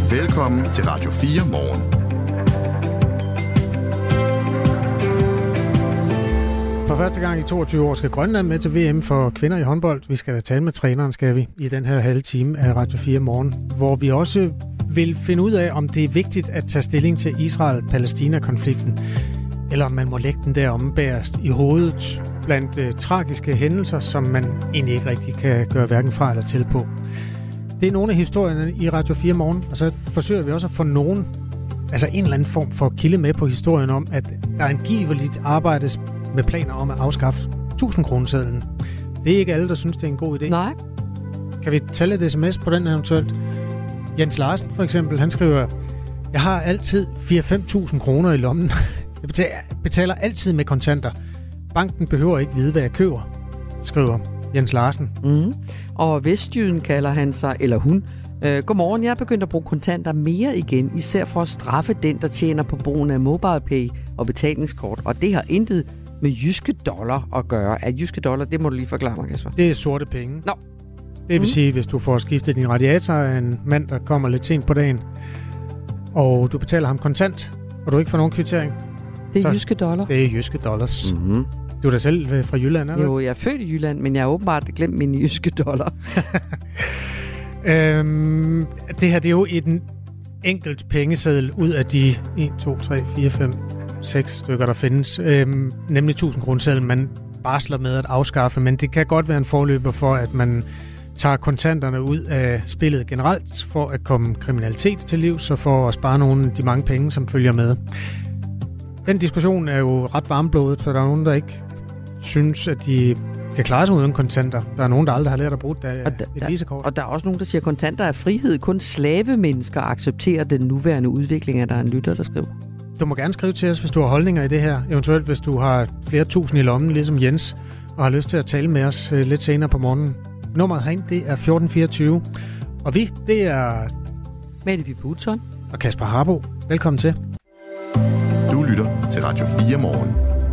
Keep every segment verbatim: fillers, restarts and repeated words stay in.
Velkommen til Radio fire Morgen. For første gang i toogtyve år skal Grønland med til V M for kvinder i håndbold. Vi skal da tale med træneren, skal vi, i den her halve time af Radio fire Morgen, hvor vi også vil finde ud af, om det er vigtigt at tage stilling til Israel-Palæstina-konflikten, eller om man må lægge den der ombærest i hovedet blandt uh, tragiske hændelser, som man egentlig ikke rigtig kan gøre hverken fra eller til på. Det er nogle af historierne i Radio fire Morgen, og så forsøger vi også at få nogen, altså en eller anden form for kilde med på historien om, at der angiveligt arbejdes med planer om at afskaffe tusind kronesedlen. Det er ikke alle, der synes, det er en god idé. Nej. Kan vi tage lidt sms på den eventuelt? Jens Larsen for eksempel, han skriver, jeg har altid fire til fem tusind kroner i lommen. Jeg betaler, betaler altid med kontanter. Banken behøver ikke vide, hvad jeg køber, skriver Jens Larsen. Mm. Og Vestjyden kalder han sig, eller hun. Øh, godmorgen, jeg er begyndt at bruge kontanter mere igen, især for at straffe den, der tjener på brugen af MobilePay og betalingskort. Og det har intet med jyske dollar at gøre. At jyske dollar, det må du lige forklare mig, Kasper. Det er sorte penge. Nå. Det vil mm. sige, hvis du får skiftet din radiator af en mand, der kommer lidt sent på dagen, og du betaler ham kontant, og du ikke får nogen kvittering. Det er så jyske dollar. Det er jyske dollars. Mm-hmm. Du er da selv fra Jylland, eller? Jo, jeg er født i Jylland, men jeg har åbenbart glemt mine jyske dollar. øhm, det her, det er jo en enkelt pengeseddel ud af de en, to, tre, fire, fem, seks stykker, der findes. Øhm, nemlig tusind kronesedlen, man barsler med at afskaffe, men det kan godt være en forløber for, at man tager kontanterne ud af spillet generelt, for at komme kriminalitet til livs, og for at spare nogle af de mange penge, som følger med. Den diskussion er jo ret varmblodet, for der er nogen, der ikke synes, at de kan klare sig uden kontanter. Der er nogen, der aldrig har lært at bruge det, og der, et visekort. Og der er også nogen, der siger, at kontanter er frihed. Kun slavemennesker accepterer den nuværende udvikling, at der er en lytter, der skriver. Du må gerne skrive til os, hvis du har holdninger i det her. Eventuelt, hvis du har flere tusind i lommen, ligesom Jens, og har lyst til at tale med os uh, lidt senere på morgenen. Nummeret herind, det er fjorten fireogtyve. Og vi, det er Mette Vibe Utzon og Kasper Harbo. Velkommen til. Du lytter til Radio fire Morgen.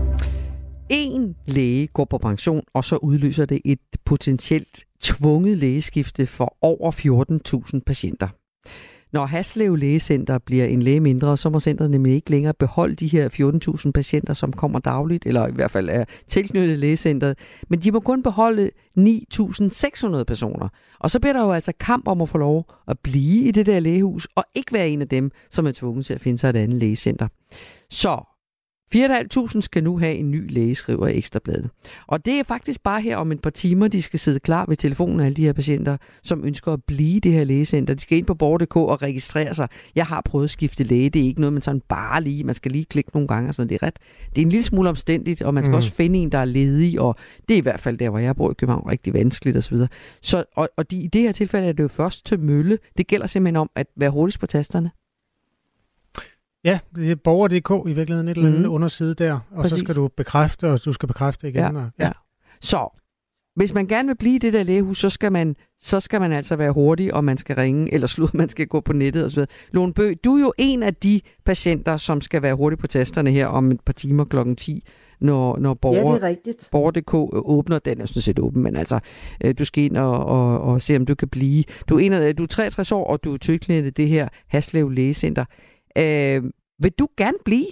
En læge går på pension, og så udløser det et potentielt tvunget lægeskifte for over fjorten tusind patienter. Når Haslev Lægecenter bliver en læge mindre, så må centret nemlig ikke længere beholde de her fjorten tusind patienter, som kommer dagligt, eller i hvert fald er tilknyttet lægecentret, men de må kun beholde ni tusind seks hundrede personer. Og så bliver der jo altså kamp om at få lov at blive i det der lægehus, og ikke være en af dem, som er tvunget til at finde sig et andet lægecenter. Så fire tusind fem hundrede skal nu have en ny læge, skriver Ekstra Bladet. Og det er faktisk bare her om et par timer, de skal sidde klar ved telefonen af alle de her patienter, som ønsker at blive i det her lægecenter. De skal ind på borger punktum d k og registrere sig. Jeg har prøvet at skifte læge. Det er ikke noget, man sådan bare lige, man skal lige klikke nogle gange og sådan. Det er ret. Det er en lille smule omstændigt, og man skal mm. også finde en, der er ledig, og det er i hvert fald der, hvor jeg bor i København, rigtig vanskeligt osv. Så, og og de, i det her tilfælde er det jo først til mølle. Det gælder simpelthen om at være hurtigst på tasterne. Ja, det er borger punktum d k i virkeligheden, et eller andet mm. underside der, og Præcis. Så skal du bekræfte, og du skal bekræfte igen. Ja, og, ja. ja. Så hvis man gerne vil blive i det der lægehus, så skal man, så skal man altså være hurtig, og man skal ringe, eller slut, man skal gå på nettet osv. Lone Bøgh, du er jo en af de patienter, som skal være hurtig på tasterne her om et par timer klokken ti, når, når borger, ja, borger punktum d k åbner. Den er sådan set åben, men altså, du skal ind og, og, og se, om du kan blive. Du er, en af, du er treogtres år, og du er tilknyttet det her Haslev Lægecenter. Øh, Vil du gerne blive?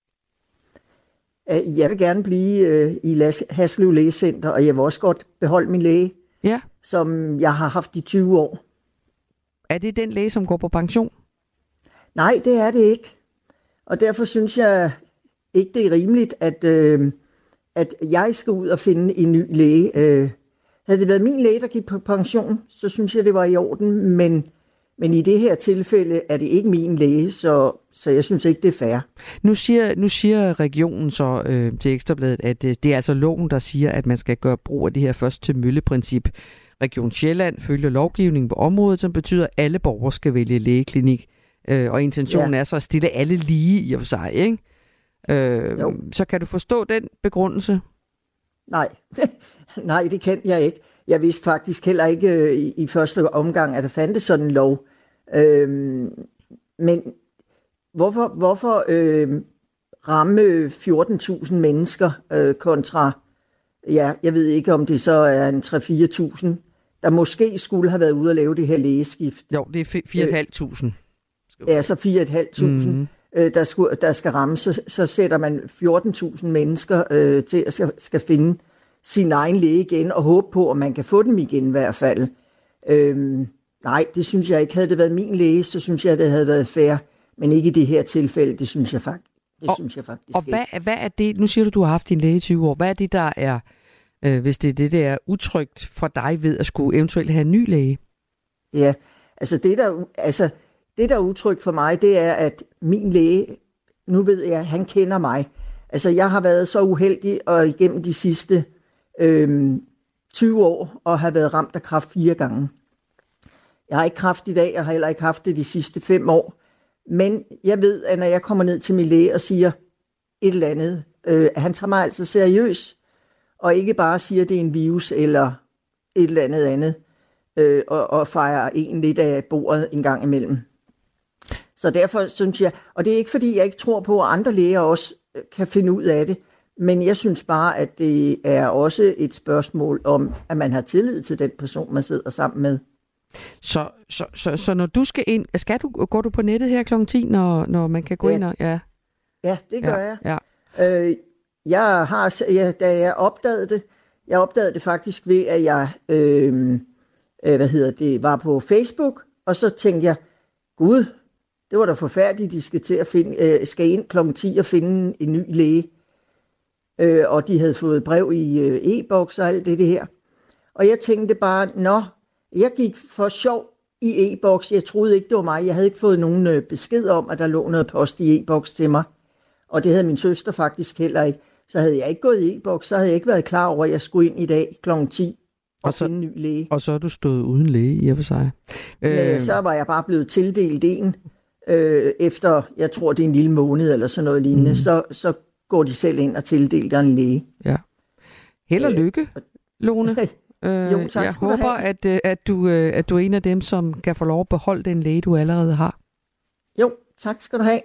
Jeg vil gerne blive i Haslev Lægecenter, og jeg vil også godt beholde min læge, ja. som jeg har haft i tyve år. Er det den læge, som går på pension? Nej, det er det ikke. Og derfor synes jeg ikke, det er rimeligt, at, øh, at jeg skal ud og finde en ny læge. Øh, havde det været min læge, der gik på pension, så synes jeg, det var i orden, men... Men i det her tilfælde er det ikke min læge, så, så jeg synes ikke, det er fair. Nu siger, nu siger regionen så øh, til Ekstrabladet, at øh, det er altså loven, der siger, at man skal gøre brug af det her først til mølle-princip. Region Sjælland følger lovgivningen på området, som betyder, at alle borgere skal vælge lægeklinik. Øh, og intentionen ja. er så at stille alle lige i og for sig, ikke? Øh, så kan du forstå den begrundelse? Nej, nej, det kan jeg ikke. Jeg vidste faktisk heller ikke øh, i, i første omgang, at der fandtes sådan en lov. Øhm, men hvorfor, hvorfor øh, ramme fjorten tusind mennesker øh, kontra, ja, jeg ved ikke, om det så er en tre til fire tusind, der måske skulle have været ude og lave det her lægeskift? Jo, det er fire tusind fem hundrede. ja, så fire tusind fem hundrede, mm. øh, der, skulle, der skal ramme, så, så sætter man fjorten tusind mennesker øh, til at skal, skal finde sin egen læge igen, og håbe på, at man kan få dem igen i hvert fald. Øhm, nej, det synes jeg ikke. Havde det været min læge, så synes jeg, det havde været fair, men ikke i det her tilfælde, det synes jeg faktisk. Det og, synes jeg faktisk og hvad, hvad er det, nu siger du, du har haft din læge i tyve år, hvad er det, der er, øh, hvis det er det, der er utrygt for dig ved at skulle eventuelt have en ny læge? Ja, altså det, der, altså det, der er utrygt for mig, det er, at min læge, nu ved jeg, han kender mig. Altså jeg har været så uheldig, og igennem de sidste øh, tyve år, og har været ramt af kræft fire gange. Jeg har ikke kræft i dag, jeg har heller ikke haft det de sidste fem år. Men jeg ved, at når jeg kommer ned til min læge og siger et eller andet, øh, han tager mig altså seriøst, og ikke bare siger, at det er en virus eller et eller andet andet, øh, og, og fejrer en lidt af bordet en gang imellem. Så derfor synes jeg, og det er ikke fordi, jeg ikke tror på, at andre læger også kan finde ud af det, men jeg synes bare, at det er også et spørgsmål om, at man har tillid til den person, man sidder sammen med. Så, så, så, så når du skal ind, skal du, går du på nettet her klokken ti, når, når man kan gå ja. ind og... Ja, ja det gør ja, jeg. Ja. Øh, jeg har, ja, da jeg opdagede det, jeg opdagede det faktisk ved, at jeg øh, øh, hvad hedder det, var på Facebook, og så tænkte jeg, gud, det var da forfærdeligt, de skal til at finde, øh, skal ind klokken ti og finde en ny læge. Øh, og de havde fået brev i øh, e-boks og alt det, det her. Og jeg tænkte bare, nå, jeg gik for sjov i e-boks. Jeg troede ikke, det var mig. Jeg havde ikke fået nogen øh, besked om, at der lå noget post i e-boks til mig. Og det havde min søster faktisk heller ikke. Så havde jeg ikke gået i e-boks, så havde jeg ikke været klar over, at jeg skulle ind i dag klokken ti og, og så, finde en ny læge. Og så er du stået uden læge i og for sig. Men øh... så var jeg bare blevet tildelt en, øh, efter, jeg tror, det er en lille måned eller sådan noget lignende. Mm. Så, så går de selv ind og tildeler en læge. Ja. Held og lykke, Lone. Øh, jo, tak, jeg håber, at, at, du, at du er en af dem, som kan få lov at beholde den læge, du allerede har. Jo, tak skal du have.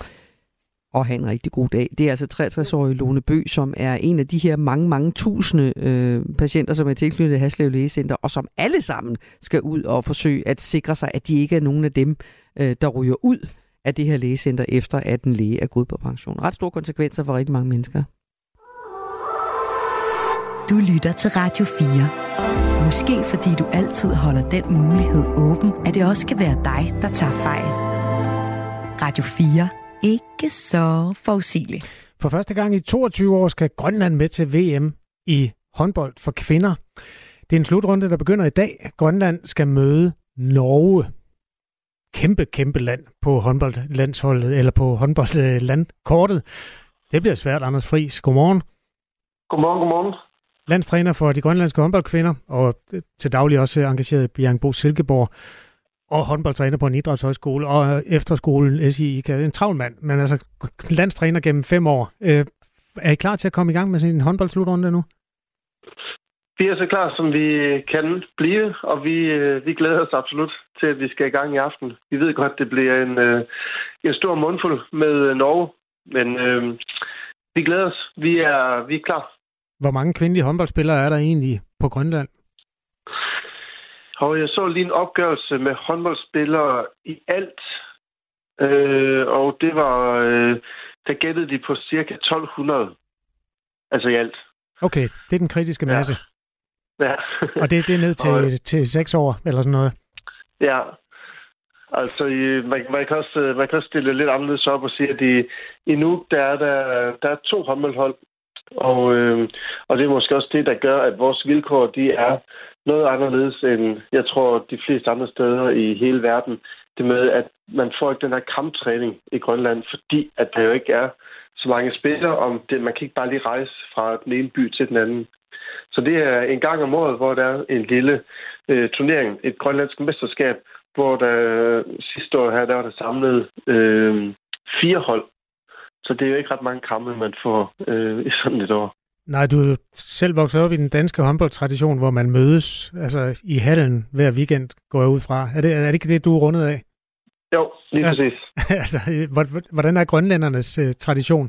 Og have en rigtig god dag. Det er altså treogtres-årige Lone Bøgh, som er en af de her mange, mange tusinde øh, patienter, som er tilknyttet Haslev Lægecenter, og som alle sammen skal ud og forsøge at sikre sig, at de ikke er nogen af dem, øh, der ryger ud af det her lægecenter, efter at en læge er gået på pension. Ret store konsekvenser for rigtig mange mennesker. Du lytter til Radio fire. Måske fordi du altid holder den mulighed åben, at det også kan være dig, der tager fejl. Radio fire. Ikke så forudsigeligt. For første gang i toogtyve år skal Grønland med til V M i håndbold for kvinder. Det er en slutrunde, der begynder i dag. Grønland skal møde Norge. Kæmpe, kæmpe land på håndboldlandsholdet, eller på håndboldlandkortet. Det bliver svært, Anders Friis. Godmorgen. Godmorgen, godmorgen. Landstræner for de grønlandske håndboldkvinder, og til daglig også engageret Bjørn Bo Silkeborg, og håndboldtræner på en idrætshøjskole, og efterskolen S I I K. En travl mand, men altså landstræner gennem fem år. Øh, er I klar til at komme i gang med sin håndboldslutrunde nu? Vi er så klar, som vi kan blive, og vi, vi glæder os absolut til, at vi skal i gang i aften. Vi ved godt, det bliver en, en stor mundfuld med Norge, men øh, vi glæder os. Vi er, vi er klar. Hvor mange kvindelige håndboldspillere er der egentlig på Grønland? Og jeg så lige en opgørelse med håndboldspillere i alt, øh, og det var, øh, der gættede de på cirka tolv hundrede, altså i alt. Okay, det er den kritiske masse. Ja. Ja. Og det, det er ned til, og, til seks år, eller sådan noget? Ja, altså man, man, kan også, man kan også stille lidt anderledes op og sige, at i, i nu der er der, der er to håndboldhold, og, øh, og det er måske også det, der gør, at vores vilkår, de er noget anderledes end, jeg tror, de fleste andre steder i hele verden. Det med, at man får ikke den her kamptræning i Grønland, fordi at der jo ikke er så mange spillere om det. Man kan ikke bare lige rejse fra den ene by til den anden. Så det er en gang om året, hvor der er en lille øh, turnering, et grønlandsk mesterskab, hvor der sidste år her, der var der samlet øh, fire hold. Så det er jo ikke ret mange kampe, man får øh, i sådan et år. Nej, du er selv vokset op i den danske håndboldtradition, hvor man mødes altså i hallen hver weekend, går jeg ud fra. Er det, er det ikke det, du er rundet af? Jo, lige ja. Præcis. Altså, hvordan er grønlændernes uh, tradition?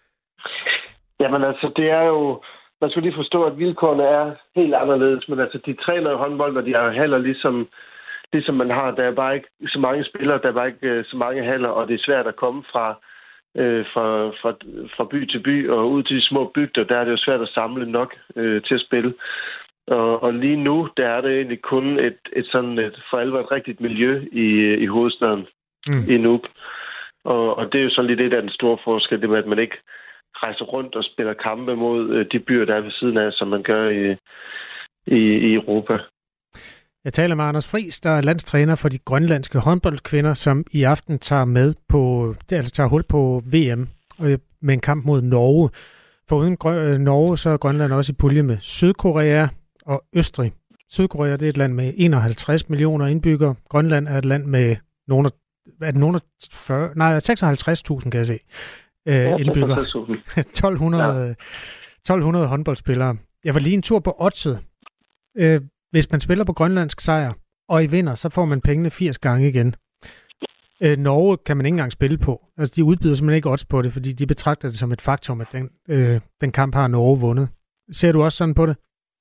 Jamen altså, det er jo... Man skal lige forstå, at vilkårene er helt anderledes, men altså, de træner jo håndbold, og de har haller ligesom, det, som man har. Der er bare ikke så mange spillere, der er bare ikke så mange haller, og det er svært at komme fra, øh, fra, fra, fra by til by og ud til de små bygder. Der er det jo svært at samle nok øh, til at spille. Og, og lige nu, der er det egentlig kun et, et sådan et, for alvor et rigtigt miljø i, i hovedstaden mm. i Nuuk. Og, og det er jo så lige det, der er den store forskel, det med, at man ikke rejser rundt og spiller kampe mod øh, de byer, der er ved siden af, som man gør i, i, i Europa. Jeg taler med Anders Friis, der er landstræner for de grønlandske håndboldkvinder, som i aften tager med på, det altså tager hul på V M med en kamp mod Norge. Foruden Grø- Norge, så er Grønland også i pulje med Sydkorea og Østrig. Sydkorea, det er et land med enoghalvtreds millioner indbyggere. Grønland er et land med nogle er det nogen af fyrre, nej, seksoghalvtreds tusind, kan jeg se, øh, indbyggere. tolv hundrede, ja. tolv hundrede håndboldspillere. Jeg var lige en tur på Oddset. Øh, hvis man spiller på grønlandsk sejr, og I vinder, så får man pengene firs gange igen. Øh, Norge kan man ikke engang spille på. Altså, de udbyder simpelthen ikke odds på det, fordi de betragter det som et faktum, at den, øh, den kamp har Norge vundet. Ser du også sådan på det?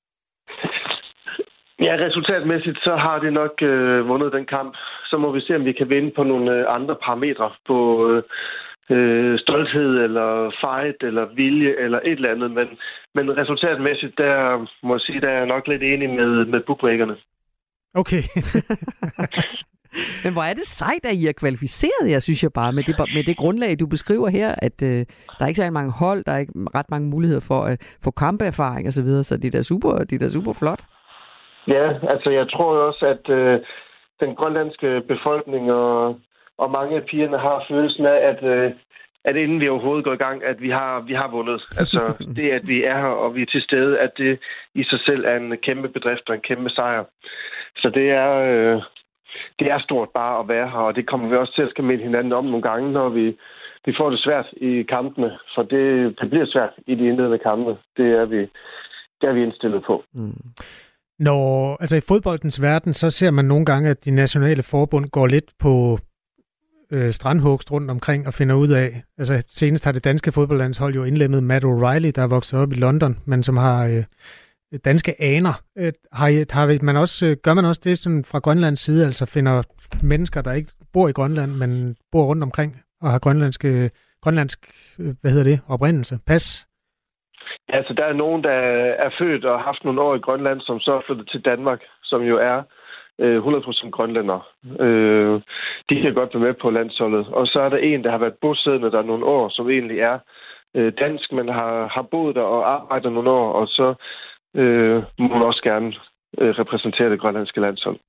Ja, resultatmæssigt så har det nok øh, vundet den kamp. Så må vi se, om vi kan vinde på nogle øh, andre parametre, på øh, stolthed eller fight eller vilje eller et eller andet. Men, men resultatmæssigt, der må jeg sige, der er jeg nok lidt enig med, med bookmakerne. Okay. Men hvor er det sejt, at I er kvalificeret, jeg synes jeg bare, med det, med det grundlag, du beskriver her, at øh, der er ikke så mange hold, der er ikke ret mange muligheder for at få kampeerfaring og så videre, så det er super, det er super flot. Ja, altså jeg tror også, at øh, den grønlandske befolkning og, og mange af pigerne har følelsen af, at, øh, at inden vi overhovedet går i gang, at vi har, vi har vundet. Altså det, at vi er her, og vi er til stede, at det i sig selv er en kæmpe bedrift og en kæmpe sejr. Så det er, øh, det er stort bare at være her, og det kommer vi også til at skal minde hinanden om nogle gange, når vi, vi får det svært i kampene. For det, det bliver svært i de indledende kampe. Det er vi, det er vi indstillet på. Mm. Når, altså i fodboldens verden, så ser man nogle gange, at de nationale forbund går lidt på øh, strandhugst rundt omkring og finder ud af, altså senest har det danske fodboldlandshold jo indlemmet Matt O'Reilly, der er vokset op i London, men som har øh, danske aner. Øh, har, har man også, øh, gør man også det sådan fra Grønlands side, altså finder mennesker, der ikke bor i Grønland, men bor rundt omkring og har grønlandske, grønlandsk, øh, hvad hedder det, oprindelse, pas? Altså, der er nogen, der er født og har haft nogle år i Grønland, som så er flyttet til Danmark, som jo er øh, hundrede procent grønlændere. Øh, de kan godt være med på landsholdet. Og så er der en, der har været bosiddende der nogle år, som egentlig er øh, dansk, men har, har boet der og arbejdet nogle år, og så øh, må man også gerne øh, repræsentere det grønlandske landshold.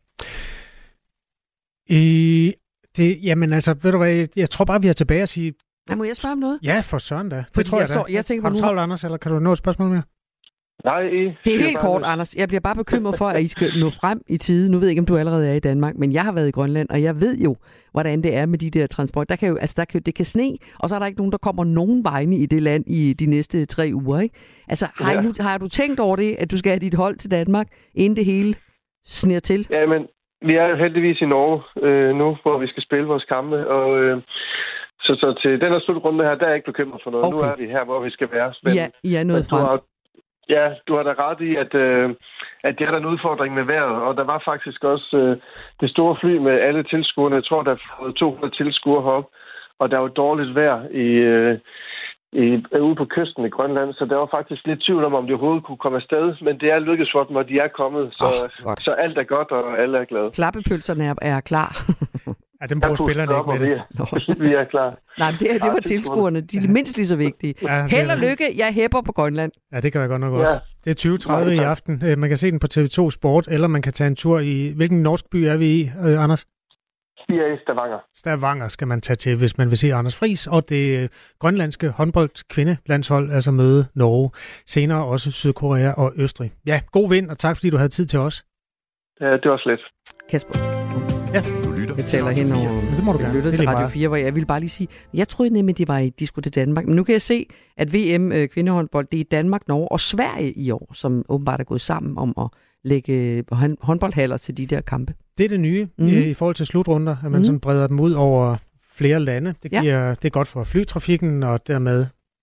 I det, jamen altså, ved du hvad, jeg, jeg tror bare, vi er tilbage at sige... Ja, må jeg spørge om noget? Ja, for søren da. Det tror jeg, jeg, da. jeg tænker, har du travlt, Anders, eller kan du nå et spørgsmål mere? Nej. Det er helt kort, Anders. Jeg bliver bare bekymret for, at I skal nå frem i tide. Nu ved jeg ikke, om du allerede er i Danmark, men jeg har været i Grønland, og jeg ved jo, hvordan det er med de der transport. Der kan jo, altså der kan, det kan sne, og så er der ikke nogen, der kommer nogen vegne i det land i de næste tre uger, ikke? Altså, har, ja. I nu, har du tænkt over det, at du skal have dit hold til Danmark, inden det hele sner til? Ja, men vi er jo heldigvis i Norge øh, nu, hvor vi skal spille vores kampe, og... Øh, Så, så til den her slutrunde her, der er jeg ikke bekymret for noget. Okay. Nu er vi her, hvor vi skal være. Men, ja, I er nået frem. Har, ja, du har da ret i, at, øh, at det er der en udfordring med vejret. Og der var faktisk også øh, det store fly med alle tilskuerne. Jeg tror, der er to hundrede tilskuere heroppe. Og der er jo dårligt vejr i, øh, i, ude på kysten i Grønland. Så der var faktisk lidt tvivl om, om de overhovedet kunne komme afsted. Men det er lykkedes for dem, og de er kommet. Så, oh, så alt er godt, og alle er glade. Klappepølserne er, er klar. Ja, dem bruger spillerne ikke med det. Vi er klar. Nej, det, det var tilskuerne. De er mindst lige så vigtige. Ja, held og lykke. Jeg hæpper på Grønland. Ja, det kan jeg godt nok også. Ja. Det er tyve tredive ja, i aften. Man kan se den på T V to Sport, eller man kan tage en tur i... Hvilken norsk by er vi i, Anders? Vi er i Stavanger. Stavanger skal man tage til, hvis man vil se Anders Friis og det grønlandske håndboldkvindelandshold, altså møde Norge. Senere også Sydkorea og Østrig. Ja, god vind, og tak fordi du havde tid til os. Ja, det var slet. Kasper. Ja. Jeg taler hen over det må du gerne. Lytter til Radio fire, hvor jeg vil bare lige sige, jeg troede nemlig, de var i disco til Danmark, men nu kan jeg se, at V M øh, kvindehåndbold, det er Danmark, Norge og Sverige i år, som åbenbart er gået sammen om at lægge håndboldhaller til de der kampe. Det er det nye mm. i, i forhold til slutrunder, at man mm. sådan breder dem ud over flere lande. Det, giver, ja. det er godt for flytrafikken, og dermed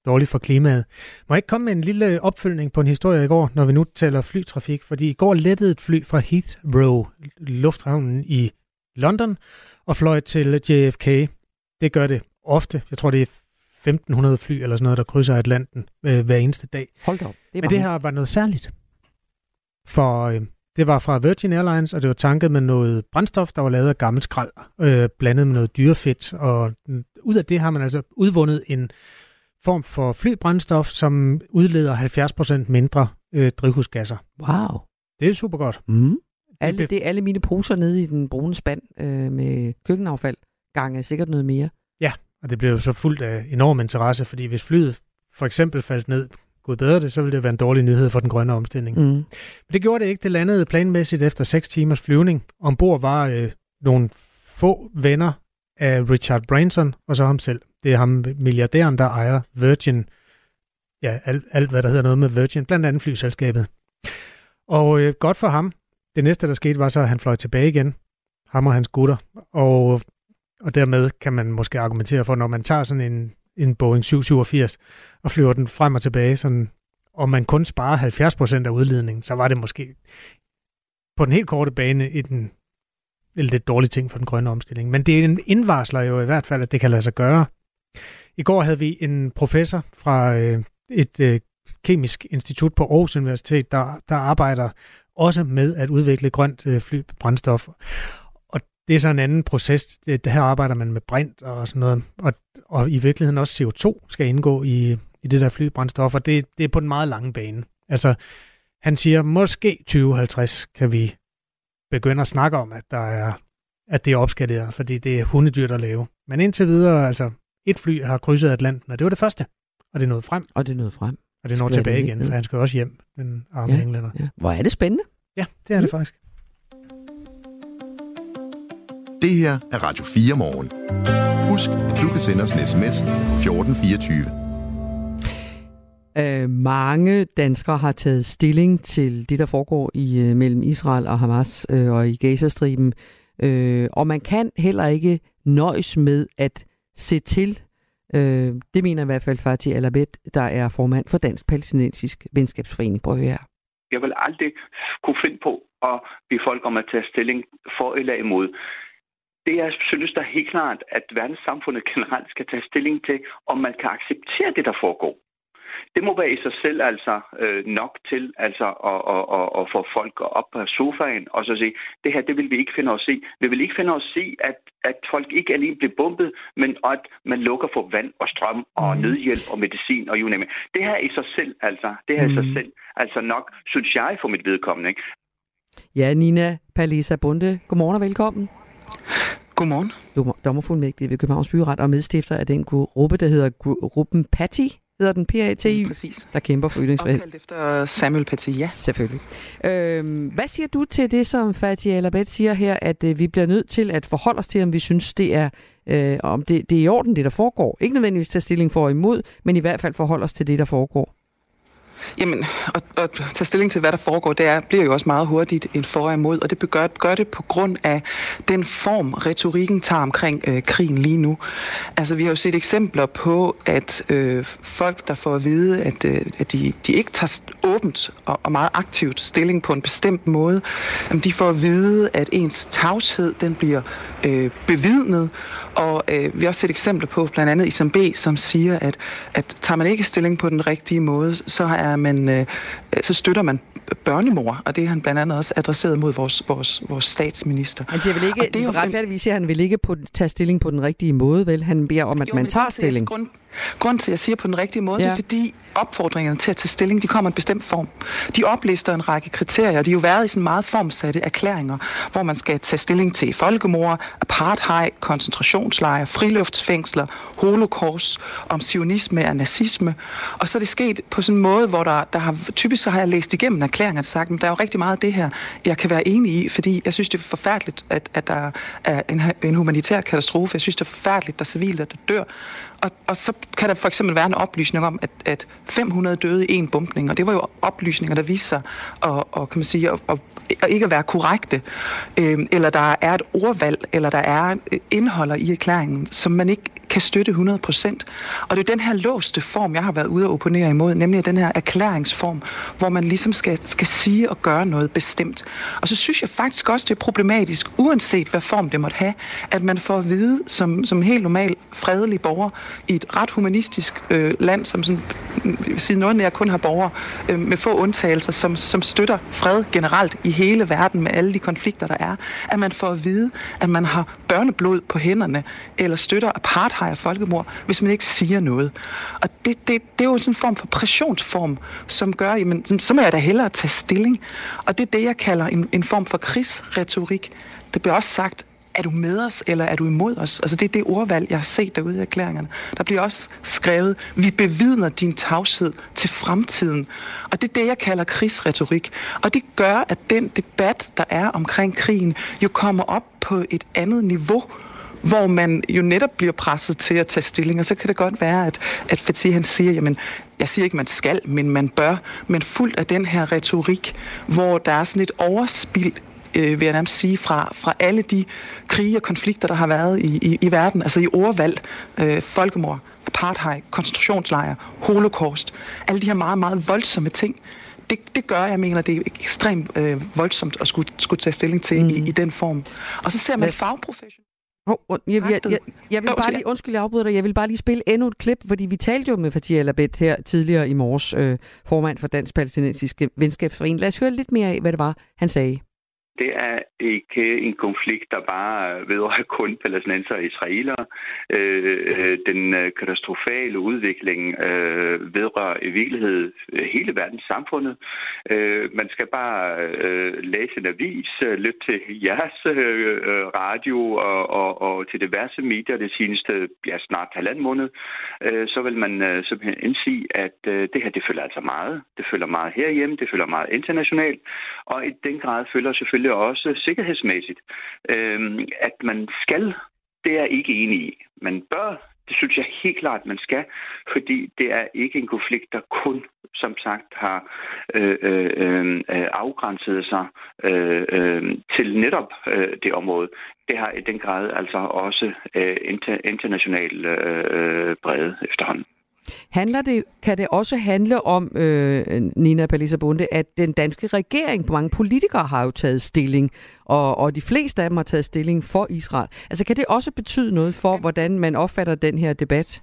dårligt for klimaet. Må jeg ikke komme med en lille opfølgning på en historie i går, når vi nu taler flytrafik? Fordi i går lettede et fly fra Heathrow, lufthavnen i London, og fløj til J F K. Det gør det ofte. Jeg tror, det er femten hundrede fly eller sådan noget, der krydser Atlanten øh, hver eneste dag. Hold da op. Det Men det her var noget særligt. For øh, det var fra Virgin Airlines, og det var tanket med noget brændstof, der var lavet af gammelt skrald, øh, blandet med noget dyrefedt. Og øh, ud af det har man altså udvundet en form for flybrændstof, som udleder halvfjerds procent mindre øh, drivhusgasser. Wow. Det er super godt. Mm. Alle, det er alle mine poser nede i den brune spand øh, med køkkenaffald. Gange sikkert noget mere. Ja, og det blev jo så fuldt af enorm interesse, fordi hvis flyet for eksempel faldt ned, gud bedre det, så ville det være en dårlig nyhed for den grønne omstilling. Mm. Men det gjorde det ikke. Det landede planmæssigt efter seks timers flyvning. Ombord var øh, nogle få venner af Richard Branson, og så ham selv. Det er ham, milliardæren, der ejer Virgin. Ja, alt, alt hvad der hedder noget med Virgin, blandt andet flyselskabet. Og øh, godt for ham. Det næste, der skete, var så, at han fløj tilbage igen. Ham og hans gutter. Og, og dermed kan man måske argumentere for, når man tager sådan en, en Boeing syv syvogfirs og flyver den frem og tilbage, sådan, og man kun sparer halvfjerds procent af udledningen, så var det måske på den helt korte bane i den, eller det dårlige ting for den grønne omstilling. Men det er en indvarsler jo i hvert fald, at det kan lade sig gøre. I går havde vi en professor fra øh, et øh, kemisk institut på Aarhus Universitet, der, der arbejder også med at udvikle grønt øh, flybrændstof. Og det er så en anden proces. Det, det her arbejder man med brint og sådan noget. Og, og i virkeligheden også C O to skal indgå i, i det der flybrændstof. Og det, det er på den meget lange bane. Altså, han siger, måske tyve halvtreds kan vi begynde at snakke om, at, der er, at det er opskaderet, fordi det er hundedyrt at lave. Men indtil videre, altså, et fly har krydset Atlanten, og det var det første. Og det er nået frem. Og det er nået frem. Og det når tilbage igen, for han skal også hjem, den arme ja, englænder. Ja. Hvor er det spændende. Ja, det er mm. det faktisk. Det her er Radio fire Morgen. Husk, at du kan sende os en sms fjorten fireogtyve. Øh, mange danskere har taget stilling til det, der foregår i øh, mellem Israel og Hamas øh, og i Gazastriben. Øh, og man kan heller ikke nøjes med at se til. Øh, det mener i hvert fald Fatih El-Abed, der er formand for Dansk Palæstinensisk Venskabsforening. Prøv at høre her. Jeg vil aldrig kunne finde på at bede folk om at tage stilling for eller imod. Det jeg synes der er helt klart, at verdenssamfundet generelt skal tage stilling til, om man kan acceptere det, der foregår. Det må være i sig selv altså øh, nok til altså at, at, at, at få folk op på sofaen og så sige, det her, det vil vi ikke finde os i. Vi vil ikke finde os i, at, at folk ikke alene bliver bombet, men at man lukker for vand og strøm og mm. nødhjælp og medicin og you name it. Det her i sig selv, altså, det her mm. i sig selv, altså nok, synes jeg for mit vedkommende, ikke? Ja, Nina Palesa Bonde, godmorgen og velkommen. Godmorgen. Du er dommerfuldmægtig ved Københavns Byret og medstifter af den gruppe, der hedder Gruppen Paty. Hedder den P A T Y, Præcis. Der kæmper for ytringsfrihed. Opkaldt efter Samuel Paty, ja. Selvfølgelig. Øhm, hvad siger du til det, som Fatih El-Abed siger her, at øh, vi bliver nødt til at forholde os til, om vi synes, det er, øh, om det, det er i orden, det der foregår? Ikke nødvendigvis tage stilling for og imod, men i hvert fald forholde os til det, der foregår. Jamen, at, at tage stilling til, hvad der foregår, det er, bliver jo også meget hurtigt en for og imod, og det gør, gør det på grund af den form, retorikken tager omkring øh, krigen lige nu. Altså, vi har jo set eksempler på, at øh, folk, der får at vide, at, øh, at de, de ikke tager åbent og, og meget aktivt stilling på en bestemt måde, jamen, de får at vide, at ens tavshed, den bliver øh, bevidnet, og øh, vi har også set eksempler på, blandt andet Isam B., som siger, at, at tager man ikke stilling på den rigtige måde, så er man, øh, så støtter man børnemor, og det er han blandt andet også adresseret mod vores, vores, vores statsminister. Han siger vel ikke, det er retfærdigvis siger, han vil ikke på, tage stilling på den rigtige måde, vel? Han beder om, at jo, man tager stilling. Grund, grund til, at jeg siger på den rigtige måde, ja. Det er fordi opfordringerne til at tage stilling, de kommer i en bestemt form. De oplister en række kriterier, de har jo været i sådan meget formsatte erklæringer, hvor man skal tage stilling til folkemord, apartheid, koncentrationslejre, friluftsfængsler, holocaust, om zionisme og nazisme. Og så er det sket på sådan en måde, hvor der, der har, typisk så har jeg læst igennem erklæringer og sagt, men der er jo rigtig meget af det her, jeg kan være enig i, fordi jeg synes, det er forfærdeligt, at, at der er en, en humanitær katastrofe. Jeg synes, det er forfærdeligt, at der er civile, der dør. Og, og så kan der for eksempel være en oplysning om, at, at fem hundrede døde i en bombning, og det var jo oplysninger, der viste sig at, og, kan man sige, at, at, at ikke at være korrekte, øh, eller der er et ordvalg, eller der er indholder i erklæringen, som man ikke kan støtte hundrede procent. Og det er den her låste form, jeg har været ude og opponere imod, nemlig den her erklæringsform, hvor man ligesom skal, skal sige og gøre noget bestemt. Og så synes jeg faktisk også, det er problematisk, uanset hvad form det måtte have, at man får at vide, som, som helt normal fredelig borger i et ret humanistisk øh, land, som sådan, siden noget nær kun har borgere øh, med få undtagelser, som, som støtter fred generelt i hele verden med alle de konflikter, der er, at man får at vide, at man har børneblod på hænderne, eller støtter apartheid og folkemord, hvis man ikke siger noget. Og det, det, det er jo sådan en form for pressionsform, som gør, jamen, så må jeg da hellere tage stilling. Og det er det, jeg kalder en, en form for krigsretorik. Det bliver også sagt, er du med os, eller er du imod os? Altså det er det ordvalg, jeg har set derude i erklæringerne. Der bliver også skrevet, vi bevidner din tavshed til fremtiden. Og det er det, jeg kalder krigsretorik. Og det gør, at den debat, der er omkring krigen, jo kommer op på et andet niveau, hvor man jo netop bliver presset til at tage stilling. Og så kan det godt være, at, at Fatih han siger, jamen, jeg siger ikke, man skal, men man bør. Men fuldt af den her retorik, hvor der er sådan et overspil, vil jeg nærmest sige, fra, fra alle de krige og konflikter, der har været i, i, i verden, altså i ordvalg, øh, folkemord, apartheid, koncentrationslejre, holocaust, alle de her meget, meget voldsomme ting, det, det gør, jeg mener, det er ekstremt øh, voldsomt at skulle, skulle tage stilling til mm. i, i den form. Og så ser man yes. fagprofession. Oh, jeg, jeg, jeg, jeg vil bare lige, undskyld, jeg afbryder dig, jeg vil bare lige spille endnu et klip, fordi vi talte jo med Fatih El-Abed her tidligere i morges, øh, formand for Dansk Palæstinensiske Venskabsforening. Lad os høre lidt mere af, hvad det var, han sagde. Det er ikke en konflikt, der bare vedrører kun palæstinenser og israelere. Øh, den katastrofale udvikling øh, vedrører i virkelighed hele verdenssamfundet. Øh, man skal bare øh, læse en avis, lytte til jeres øh, radio og, og, og til diverse medier det seneste ja, snart halvanden måned. Øh, så vil man øh, simpelthen indsige, at øh, det her det følger altså meget. Det følger meget herhjemme, det følger meget internationalt, og i den grad følger selvfølgelig også sikkerhedsmæssigt. Øhm, at man skal, det er jeg ikke enig i. Man bør, det synes jeg helt klart, man skal, fordi det er ikke en konflikt, der kun, som sagt, har øh, øh, øh, afgrænset sig øh, øh, til netop øh, det område. Det har i den grad altså også øh, inter, international øh, brede efterhånden. Handler det, kan det også handle om, øh, Nina Palisa Bonde, at den danske regering, mange politikere har jo taget stilling, og, og de fleste af dem har taget stilling for Israel. Altså kan det også betyde noget for, hvordan man opfatter den her debat?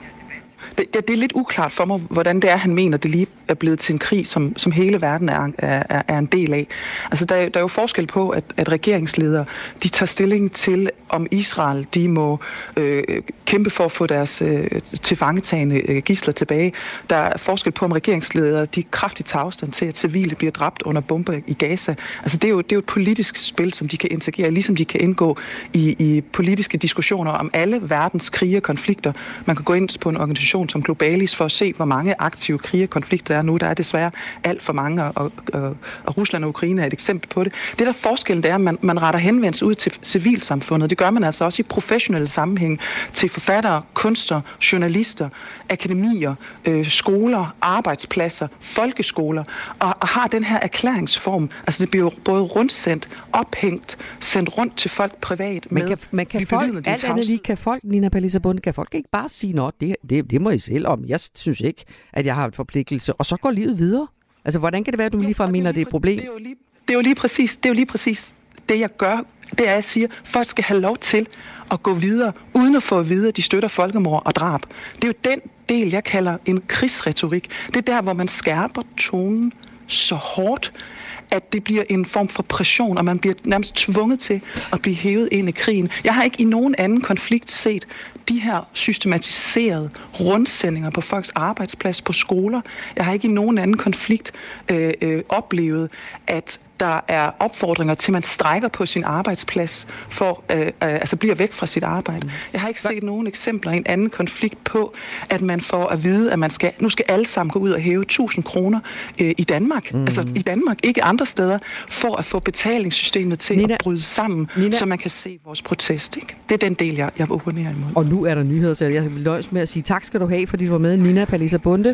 Det, det, det er lidt uklart for mig, hvordan det er, han mener, det lige er blevet til en krig, som, som hele verden er, er, er en del af. Altså, der, der er jo forskel på, at, at regeringsledere, de tager stilling til, om Israel, de må øh, kæmpe for at få deres øh, tilfangetagende øh, gidsler tilbage. Der er forskel på, om regeringsledere, de kraftigt tager afstand til, at civile bliver dræbt under bomber i Gaza. Altså, det er jo, det er jo et politisk spil, som de kan interagere, ligesom de kan indgå i, i politiske diskussioner om alle verdens krige og konflikter. Man kan gå ind på en organisation som Globalis for at se, hvor mange aktive krige og konflikter der er nu. Der er desværre alt for mange, og, og, og Rusland og Ukraine er et eksempel på det. Det der forskellen, det er, at man, man retter henvendelse ud til civilsamfundet. Det gør man altså også i professionelle sammenhæng til forfattere, kunstnere, journalister, akademier, øh, skoler, arbejdspladser, folkeskoler, og, og har den her erklæringsform. Altså det bliver jo både rundsendt, ophængt, sendt rundt til folk privat. Med, man kan, man kan folk, alt andet lige, kan folk, Nina Palisa Bonde, kan folk ikke bare sige, nå, det, det, det må I selv om. Jeg synes ikke, at jeg har et forpligtelse, og så går livet videre. Altså, hvordan kan det være, at du ligefrem mener, det er et problem? Det er jo lige, det er jo lige præcis, det er jo lige præcis det, jeg gør. Det er, at jeg siger, at folk skal have lov til at gå videre, uden at få at vide, at de støtter folkemord og drab. Det er jo den del, jeg kalder en krigsretorik. Det er der, hvor man skærper tonen så hårdt, at det bliver en form for pression, og man bliver nærmest tvunget til at blive hævet ind i krigen. Jeg har ikke i nogen anden konflikt set de her systematiserede rundsendinger på folks arbejdsplads, på skoler. Jeg har ikke i nogen anden konflikt øh, øh, oplevet, at der er opfordringer til, at man strækker på sin arbejdsplads, for øh, øh, altså bliver væk fra sit arbejde. Jeg har ikke set nogen eksempler i en anden konflikt på, at man får at vide, at man skal, nu skal alle sammen gå ud og hæve tusind kroner øh, i Danmark. Mm. Altså i Danmark, ikke andre steder, for at få betalingssystemet til Nina, at bryde sammen, Nina, så man kan se vores protest. Ikke? Det er den del, jeg, jeg opponerer imod. Og nu er der nyheder, så jeg vil løjes med at sige tak skal du have, fordi du var med, Nina Palisa Bonde.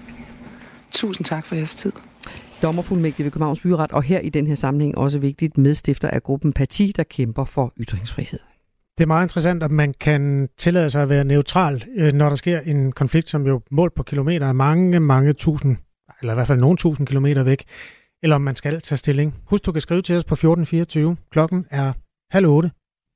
Tusind tak for jeres tid. Dommerfuldmægtig ved Københavns Byret, og her i den her sammenhæng også vigtigt medstifter af gruppen Parti, der kæmper for ytringsfrihed. Det er meget interessant, at man kan tillade sig at være neutral, når der sker en konflikt, som jo målt på kilometer er mange, mange tusind, eller i hvert fald nogle tusind kilometer væk, eller om man skal tage stilling. Husk, du kan skrive til os på fjorten fireogtyve. Klokken er halv otte.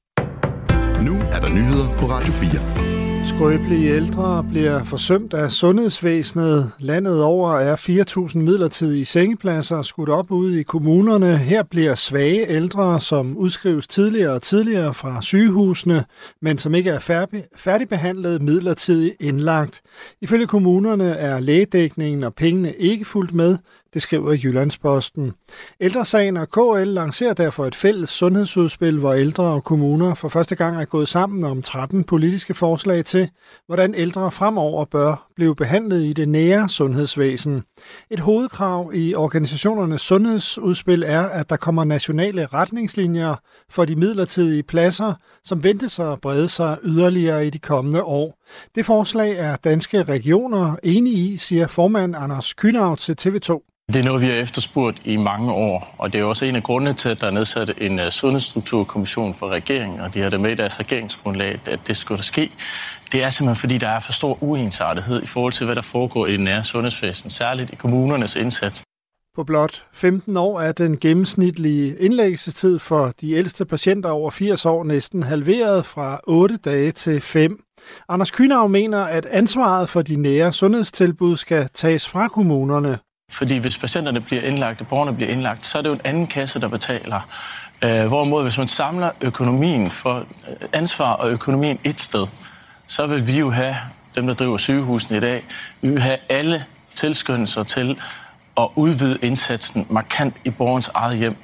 Nu er der nyheder på Radio fire. Skrøbelige ældre bliver forsømt af sundhedsvæsenet. Landet over er fire tusind midlertidige sengepladser skudt op ude i kommunerne. Her bliver svage ældre, som udskrives tidligere og tidligere fra sygehusene, men som ikke er færdig, færdigbehandlet, midlertidigt indlagt. Ifølge kommunerne er lægedækningen og pengene ikke fulgt med. Det skriver Jyllandsposten. Ældresagen og K L lancerer derfor et fælles sundhedsudspil, hvor ældre og kommuner for første gang er gået sammen om tretten politiske forslag til, hvordan ældre fremover bør blive behandlet i det nære sundhedsvæsen. Et hovedkrav i organisationernes sundhedsudspil er, at der kommer nationale retningslinjer for de midlertidige pladser, som ventes at brede sig yderligere i de kommende år. Det forslag er Danske Regioner enige i, siger formand Anders Kühnau til T V to. Det er noget, vi har efterspurgt i mange år, og det er også en af grundene til, at der er nedsat en sundhedsstrukturkommission for regeringen, og de har det med i deres regeringsgrundlag, at det skulle der ske. Det er simpelthen, fordi der er for stor uensartethed i forhold til, hvad der foregår i det nære sundhedsvæsen, særligt i kommunernes indsats. På blot femten år er den gennemsnitlige indlæggelsetid for de ældste patienter over firs år næsten halveret fra otte dage til fem. Anders Kühnau mener, at ansvaret for de nære sundhedstilbud skal tages fra kommunerne. Fordi hvis patienterne bliver indlagt, og borgerne bliver indlagt, så er det jo en anden kasse, der betaler. Øh, hvorimod, hvis man samler økonomien for ansvar og økonomien et sted, så vil vi jo have, dem der driver sygehusene i dag, vi vil have alle tilskyndelser til at udvide indsatsen markant i borgerens eget hjem.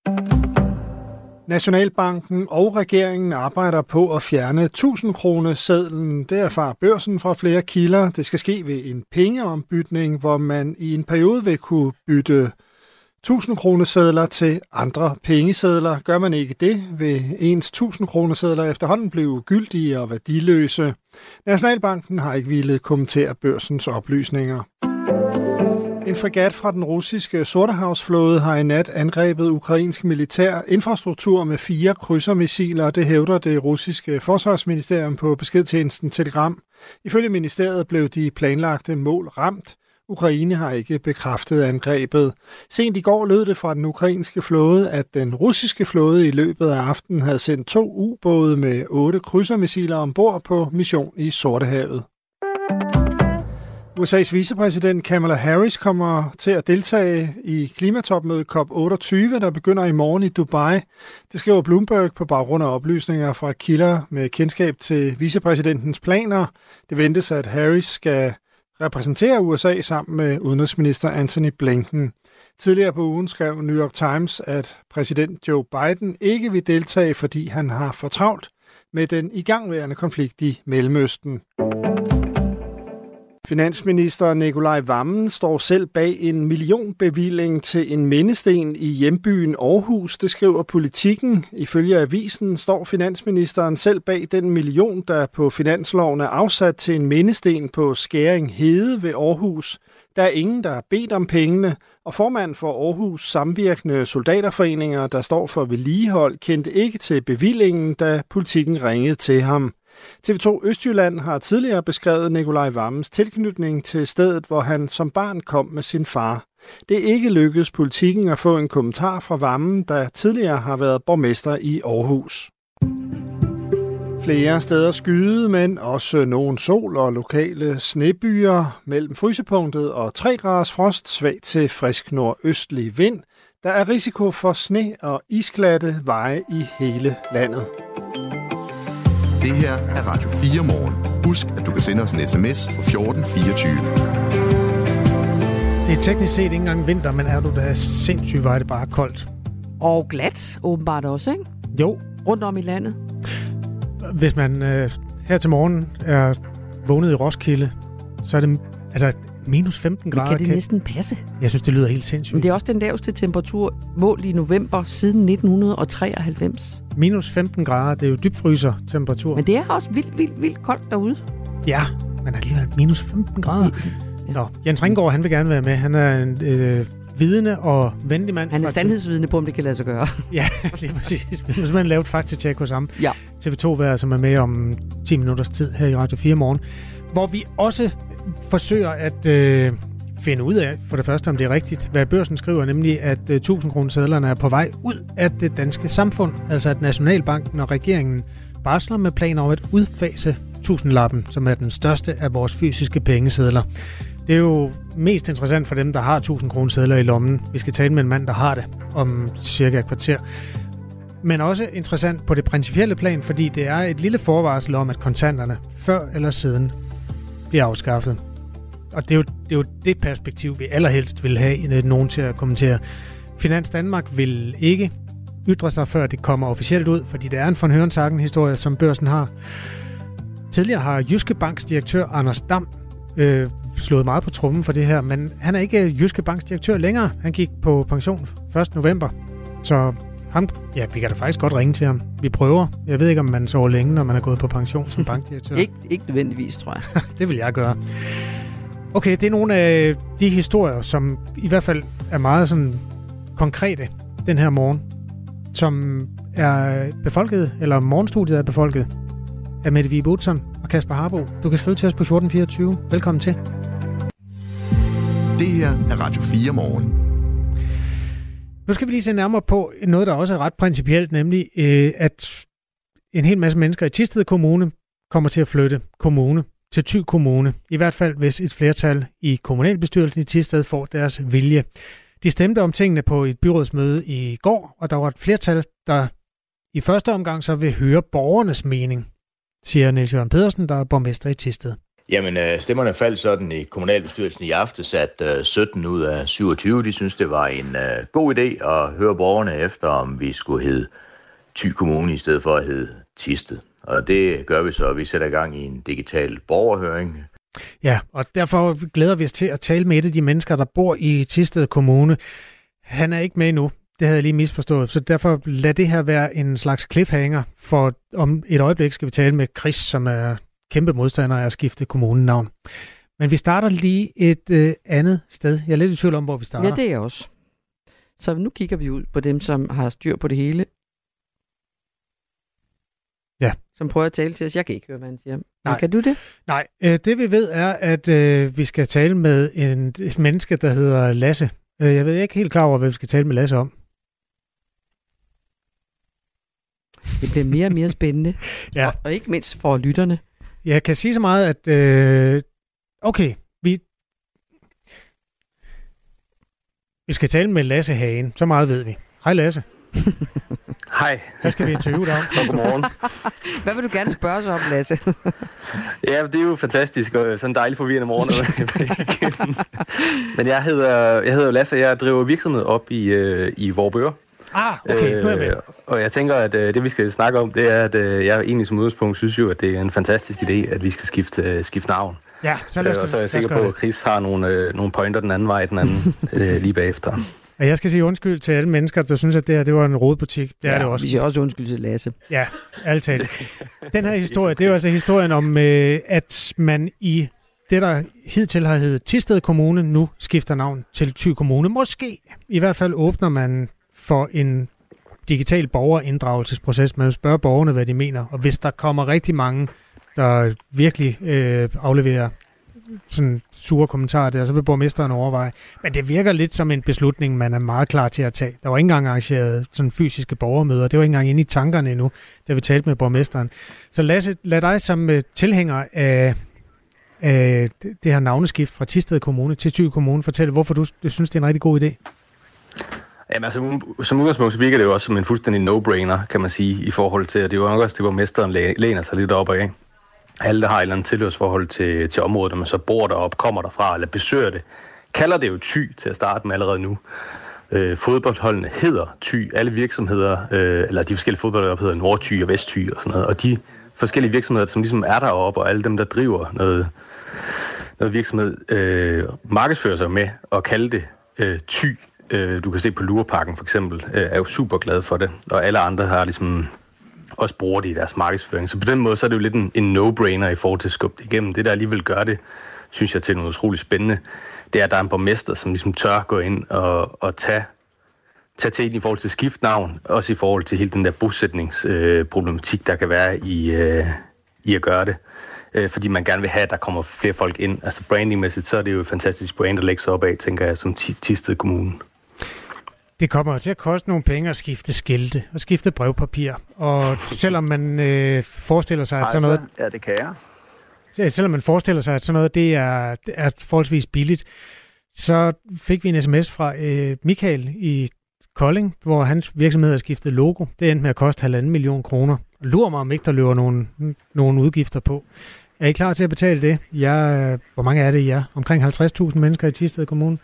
Nationalbanken og regeringen arbejder på at fjerne tusind-kronesedlen. Det erfarer Børsen fra flere kilder. Det skal ske ved en pengeombytning, hvor man i en periode vil kunne bytte tusind-kronesedler til andre pengesedler. Gør man ikke det, vil ens tusind-kronesedler efterhånden blive ugyldige og værdiløse. Nationalbanken har ikke villet kommentere Børsens oplysninger. En fregat fra den russiske Sortehavsflåde har i nat angrebet ukrainsk militær infrastruktur med fire krydsermissiler. Det hævder det russiske forsvarsministerium på beskedtjenesten Telegram. Ifølge ministeriet blev de planlagte mål ramt. Ukraine har ikke bekræftet angrebet. Sent i går lød det fra den ukrainske flåde, at den russiske flåde i løbet af aftenen havde sendt to ubåde med otte krydsermissiler ombord på mission i Sortehavet. U S A's vicepræsident Kamala Harris kommer til at deltage i klimatopmødet C O P otteogtyve, der begynder i morgen i Dubai. Det skriver Bloomberg på baggrund af oplysninger fra kilder med kendskab til vicepræsidentens planer. Det ventes, at Harris skal repræsentere U S A sammen med udenrigsminister Antony Blinken. Tidligere på ugen skrev New York Times, at præsident Joe Biden ikke vil deltage, fordi han har for travlt med den igangværende konflikt i Mellemøsten. Finansminister Nicolai Wammen står selv bag en millionbevilling til en mindesten i hjembyen Aarhus. Det skriver Politikken. Ifølge avisen står finansministeren selv bag den million, der på finansloven er afsat til en mindesten på Skæring Hede ved Aarhus. Der er ingen, der har bedt om pengene, og formand for Aarhus Samvirkende Soldaterforeninger, der står for vedligehold, kendte ikke til bevillingen, da Politikken ringede til ham. T V to Østjylland har tidligere beskrevet Nicolai Wammens tilknytning til stedet, hvor han som barn kom med sin far. Det er ikke lykkedes Politikken at få en kommentar fra Wammen, der tidligere har været borgmester i Aarhus. Flere steder skyde, men også nogen sol og lokale snebyer mellem frysepunktet og tre graders frost, svag til frisk nordøstlig vind. Der er risiko for sne og isglatte veje i hele landet. Det her er Radio fire morgen. Husk, at du kan sende os en sms på fjorten fireogtyve. Det er teknisk set ikke engang vinter, men er du da sindssygt, var det bare koldt. Og glat, åbenbart også, ikke? Jo. Rundt om i landet. Hvis man øh, her til morgen er vågnet i Roskilde, så er det altså minus femten grader. Men kan det næsten passe? Jeg synes, det lyder helt sindssygt. Men det er også den laveste temperatur målt i november siden nitten treoghalvfems. Minus femten grader, det er jo dybfryser-temperatur. Men det er også vildt, vildt, vildt koldt derude. Ja, men alligevel minus femten grader. Ja. Nå, Jens Ringgaard, han vil gerne være med. Han er en øh, vidne og venlig mand. Han er sandhedsvidne på, om det kan lade sig gøre. Ja, lige præcis. Vi har simpelthen lavet faktatjek hos ham. Ja. T V to-værer, som er med om ti minutters tid her i Radio fire Morgen, hvor vi også forsøger at øh, finde ud af, for det første, om det er rigtigt, hvad børsen skriver, nemlig at øh, tusind kroner sedlerne er på vej ud af det danske samfund, altså at Nationalbanken og regeringen barsler med planer om at udfase tusindlappen, som er den største af vores fysiske pengesedler. Det er jo mest interessant for dem, der har tusind kroner sedler i lommen. Vi skal tale med en mand, der har det om cirka et kvarter. Men også interessant på det principielle plan, fordi det er et lille forvarsel om, at kontanterne før eller siden bliver afskaffet. Og det er jo det, er jo det perspektiv, vi allerhelst vil have nogen til at kommentere. Finans Danmark vil ikke ytre sig, før det kommer officielt ud, fordi det er en von Hørensagen-historie, som børsen har. Tidligere har Jyske Banks direktør Anders Dam øh, slået meget på trommen for det her, men han er ikke Jyske Banks direktør længere. Han gik på pension første november, så ham, ja, vi kan da faktisk godt ringe til ham. Vi prøver. Jeg ved ikke, om man sover længe, når man er gået på pension som bankdirektør. ikke, ikke nødvendigvis, tror jeg. Det vil jeg gøre. Okay, det er nogle af de historier, som i hvert fald er meget sådan konkrete den her morgen, som er befolket, eller morgenstudiet er befolket af Mette Vibe Utzon og Kasper Harbo. Du kan skrive til os på fjorten fireogtyve. Velkommen til. Det her er Radio fire Morgen. Nu skal vi lige se nærmere på noget, der også er ret principielt, nemlig øh, at en hel masse mennesker i Thisted Kommune kommer til at flytte kommune til Thy Kommune. I hvert fald, hvis et flertal i kommunalbestyrelsen i Thisted får deres vilje. De stemte om tingene på et byrådsmøde i går, og der var et flertal, der i første omgang så vil høre borgernes mening, siger Niels Jørgen Pedersen, der er borgmester i Thisted. Jamen, stemmerne faldt sådan i kommunalbestyrelsen i aftes, at sytten ud af syvogtyve, de synes, det var en uh, god idé at høre borgerne efter, om vi skulle hedde Thy Kommune i stedet for at hedde Thisted. Og det gør vi så, at vi sætter i gang i en digital borgerhøring. Ja, og derfor glæder vi os til at tale med et af de mennesker, der bor i Thisted Kommune. Han er ikke med endnu. Det havde jeg lige misforstået, så derfor lad det her være en slags cliffhanger, for om et øjeblik skal vi tale med Chris, som er kæmpe modstander af at skifte kommunenavn. Men vi starter lige et øh, andet sted. Jeg er lidt i tvivl om, hvor vi starter. Ja, det er jeg også. Så nu kigger vi ud på dem, som har styr på det hele. Ja. Som prøver at tale til os. Jeg kan ikke høre, hvad han siger. Nej. Kan du det? Nej, øh, det vi ved er, at øh, vi skal tale med en, et menneske, der hedder Lasse. Øh, jeg ved ikke helt klar over, hvad vi skal tale med Lasse om. Det bliver mere og mere spændende. Ja. Og, og ikke mindst for lytterne. Jeg kan sige så meget, at øh, okay, vi, vi skal tale med Lasse Hagen. Så meget ved vi. Hej Lasse. Hej. Hvad skal vi interviewe dig om? Godmorgen. Hvad vil du gerne spørge sig om, Lasse? Ja, det er jo fantastisk, og sådan en dejlig forvirrende morgen. Men jeg hedder, jeg hedder Lasse, og jeg driver virksomhed op i, øh, i Vorupør. Ah, okay, nu er jeg med. Øh, og jeg tænker, at øh, det vi skal snakke om, det er, at øh, jeg egentlig som udgangspunkt synes jo, at det er en fantastisk idé, at vi skal skifte, øh, skifte navn. Ja, så lad os, øh, og så er jeg sikker på, at Chris har nogle, øh, nogle pointer den anden vej, den anden øh, lige bagefter. Og jeg skal sige undskyld til alle mennesker, der synes, at det her det var en rodebutik. Det ja, er det også. Vi siger også undskyld til Lasse. Ja, ærligt talt. Den her historie, det er jo altså historien om, øh, at man i det, der hidtil har heddet Thisted Kommune, nu skifter navn til Thy Kommune. Måske i hvert fald åbner man for en digital borgerinddragelsesproces. Man vil spørge borgerne, hvad de mener. Og hvis der kommer rigtig mange, der virkelig øh, afleverer sådan sure kommentarer der, så vil borgmesteren overveje. Men det virker lidt som en beslutning, man er meget klar til at tage. Der var ikke engang arrangeret sådan fysiske borgermøder. Det var ikke engang inde i tankerne endnu, da vi talte med borgmesteren. Så Lasse, lad dig som uh, tilhænger af, af det her navneskift fra Thisted Kommune til Thy Kommune fortælle, hvorfor du, du synes, det er en rigtig god idé. Jamen altså, som udgangspunkt så virker det jo også som en fuldstændig no-brainer, kan man sige, i forhold til, at det er jo nok også, det borgmesteren læner sig lidt op af. Alle, der har et eller andet tilhørsforhold til, til området, når man så bor deroppe, kommer derfra eller besøger det, kalder det jo Thy til at starte med allerede nu. Øh, fodboldholdene hedder Thy. Alle virksomheder, øh, eller de forskellige fodboldhold hedder Nordthy og Vestthy og sådan noget. Og de forskellige virksomheder, som ligesom er deroppe, og alle dem, der driver noget, noget virksomhed, øh, markedsfører sig med at kalde det øh, Thy. Øh, du kan se på Lureparken for eksempel, øh, er jo super glad for det. Og alle andre har ligesom også bruger det i deres markedsføring. Så på den måde, så er det jo lidt en, en no-brainer i forhold til at skubbe det igennem. Det, der alligevel gør det synes jeg, til noget utroligt spændende, det er, at der er en borgmester, som ligesom tør gå ind og, og tage, tage til i forhold til skiftnavn, også i forhold til hele den der bosætningsproblematik, øh, der kan være i, øh, i at gøre det. Øh, fordi man gerne vil have, at der kommer flere folk ind. Altså brandingmæssigt, så er det jo et fantastisk brand, der lægger sig op af, tænker jeg, som Thisted Kommune. Det kommer til at koste nogle penge at skifte skilte og skifte brevpapir. Og selvom man øh, forestiller sig, at sådan noget... Ja, det kan jeg. Selvom man forestiller sig, at sådan noget det er, er forholdsvis billigt, så fik vi en sms fra øh, Michael i Kolding, hvor hans virksomhed har skiftet logo. Det endte med at koste halvanden million kroner. Lur mig, om ikke der løber nogen, nogen udgifter på. Er I klar til at betale det? Jeg, hvor mange er det, I er? Omkring halvtreds tusind mennesker i Thisted Kommune?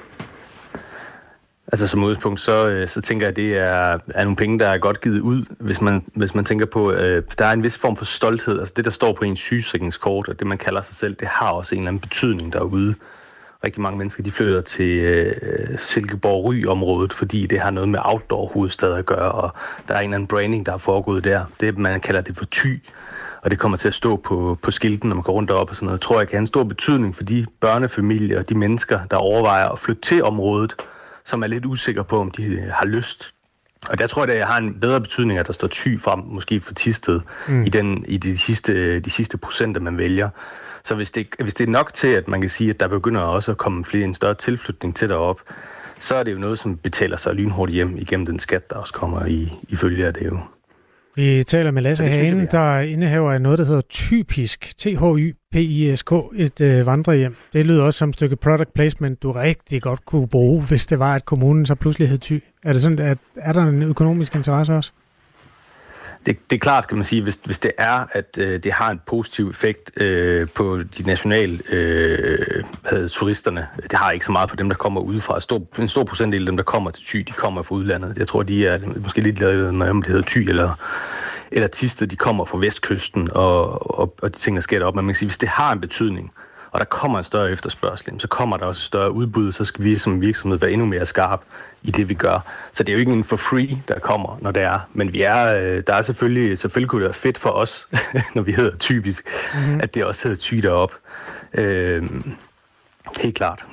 Altså som udgangspunkt, så, så tænker jeg, at det er, er nogle penge, der er godt givet ud, hvis man, hvis man tænker på, øh, der er en vis form for stolthed. Altså det, der står på ens sygesikringskort, og det, man kalder sig selv, det har også en eller anden betydning derude. Rigtig mange mennesker, de flytter til øh, Silkeborg-Ry-området, fordi det har noget med outdoor-hovedstad at gøre, og der er en eller anden branding, der er foregået der. Det, man kalder det for Thy, og det kommer til at stå på, på skilten, når man går rundt op og sådan noget. Jeg tror, jeg kan have en stor betydning for de børnefamilier og de mennesker, der overvejer at flytte til området, som er lidt usikre på, om de har lyst. Og der tror jeg, at jeg har en bedre betydning, at der står Thy frem, måske for Thisted, mm. i, den, i de, sidste, de sidste procenter, man vælger. Så hvis det, hvis det er nok til, at man kan sige, at der begynder også at komme flere en større tilflytning til derop, så er det jo noget, som betaler sig lynhurtigt hjem igennem den skat, der også kommer i, i følge af det jo. Vi taler med Lasse Hagen, der indehaver noget, der hedder Typisk, T H Y P I S K, et øh, vandrehjem. Det lyder også som et stykke product placement, du rigtig godt kunne bruge, hvis det var, at kommunen så pludselig hed Thy. Er det sådan, at er der en økonomisk interesse også? Det, det er klart, kan man sige, hvis, hvis det er, at øh, det har en positiv effekt øh, på de nationale øh, turisterne. Det har ikke så meget på dem, der kommer udefra. Stor, en stor procentdel af dem, der kommer til Thy, de kommer fra udlandet. Jeg tror, de er måske lidt lavet med, om det hedder Thy eller, eller Thisted, de kommer fra vestkysten, og, og, og de ting, der sker deroppe. Men man kan sige, hvis det har en betydning, og der kommer en større efterspørgsel, så kommer der også et større udbud, så skal vi som virksomhed være endnu mere skarp i det, vi gør. Så det er jo ikke en for free, der kommer, når det er. Men vi er, der er selvfølgelig, selvfølgelig kunne det være fedt for os, når vi hedder Typisk, mm-hmm. at det også hedder Thy deroppe. Øh, helt klart.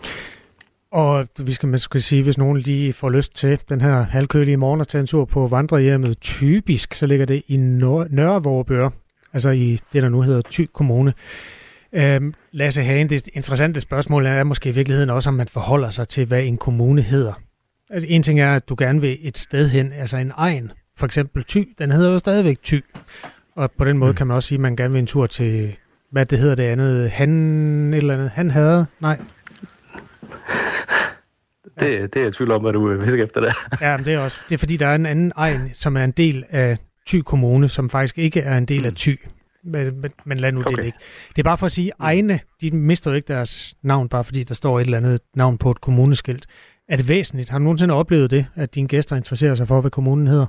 Og vi skal, man skal sige, hvis nogen lige får lyst til den her halvkølige morgen at tage en tur på vandrehjemmet Typisk, så ligger det i Nørre Vorupør, altså i det, der nu hedder Thy Kommune. Øhm, Lasse Hagen, det interessante spørgsmål er måske i virkeligheden også, om man forholder sig til, hvad en kommune hedder. Altså, en ting er, at du gerne vil et sted hen, altså en egen, for eksempel Thy, den hedder jo stadigvæk Thy. Og på den måde mm. kan man også sige, at man gerne vil en tur til, hvad det hedder det andet, han et eller andet, han havde, nej. Det, det er jeg i tvivl om, hvad du vil efter det. Ja, men det er også, det er fordi, der er en anden egen, som er en del af Thy Kommune, som faktisk ikke er en del mm. af Thy. Men, men, men lad nu okay. det ikke. Det er bare for at sige, at egne, de mister jo ikke deres navn, bare fordi der står et eller andet navn på et kommuneskilt. Er det væsentligt? Har du nogensinde oplevet det, at dine gæster interesserer sig for, hvad kommunen hedder?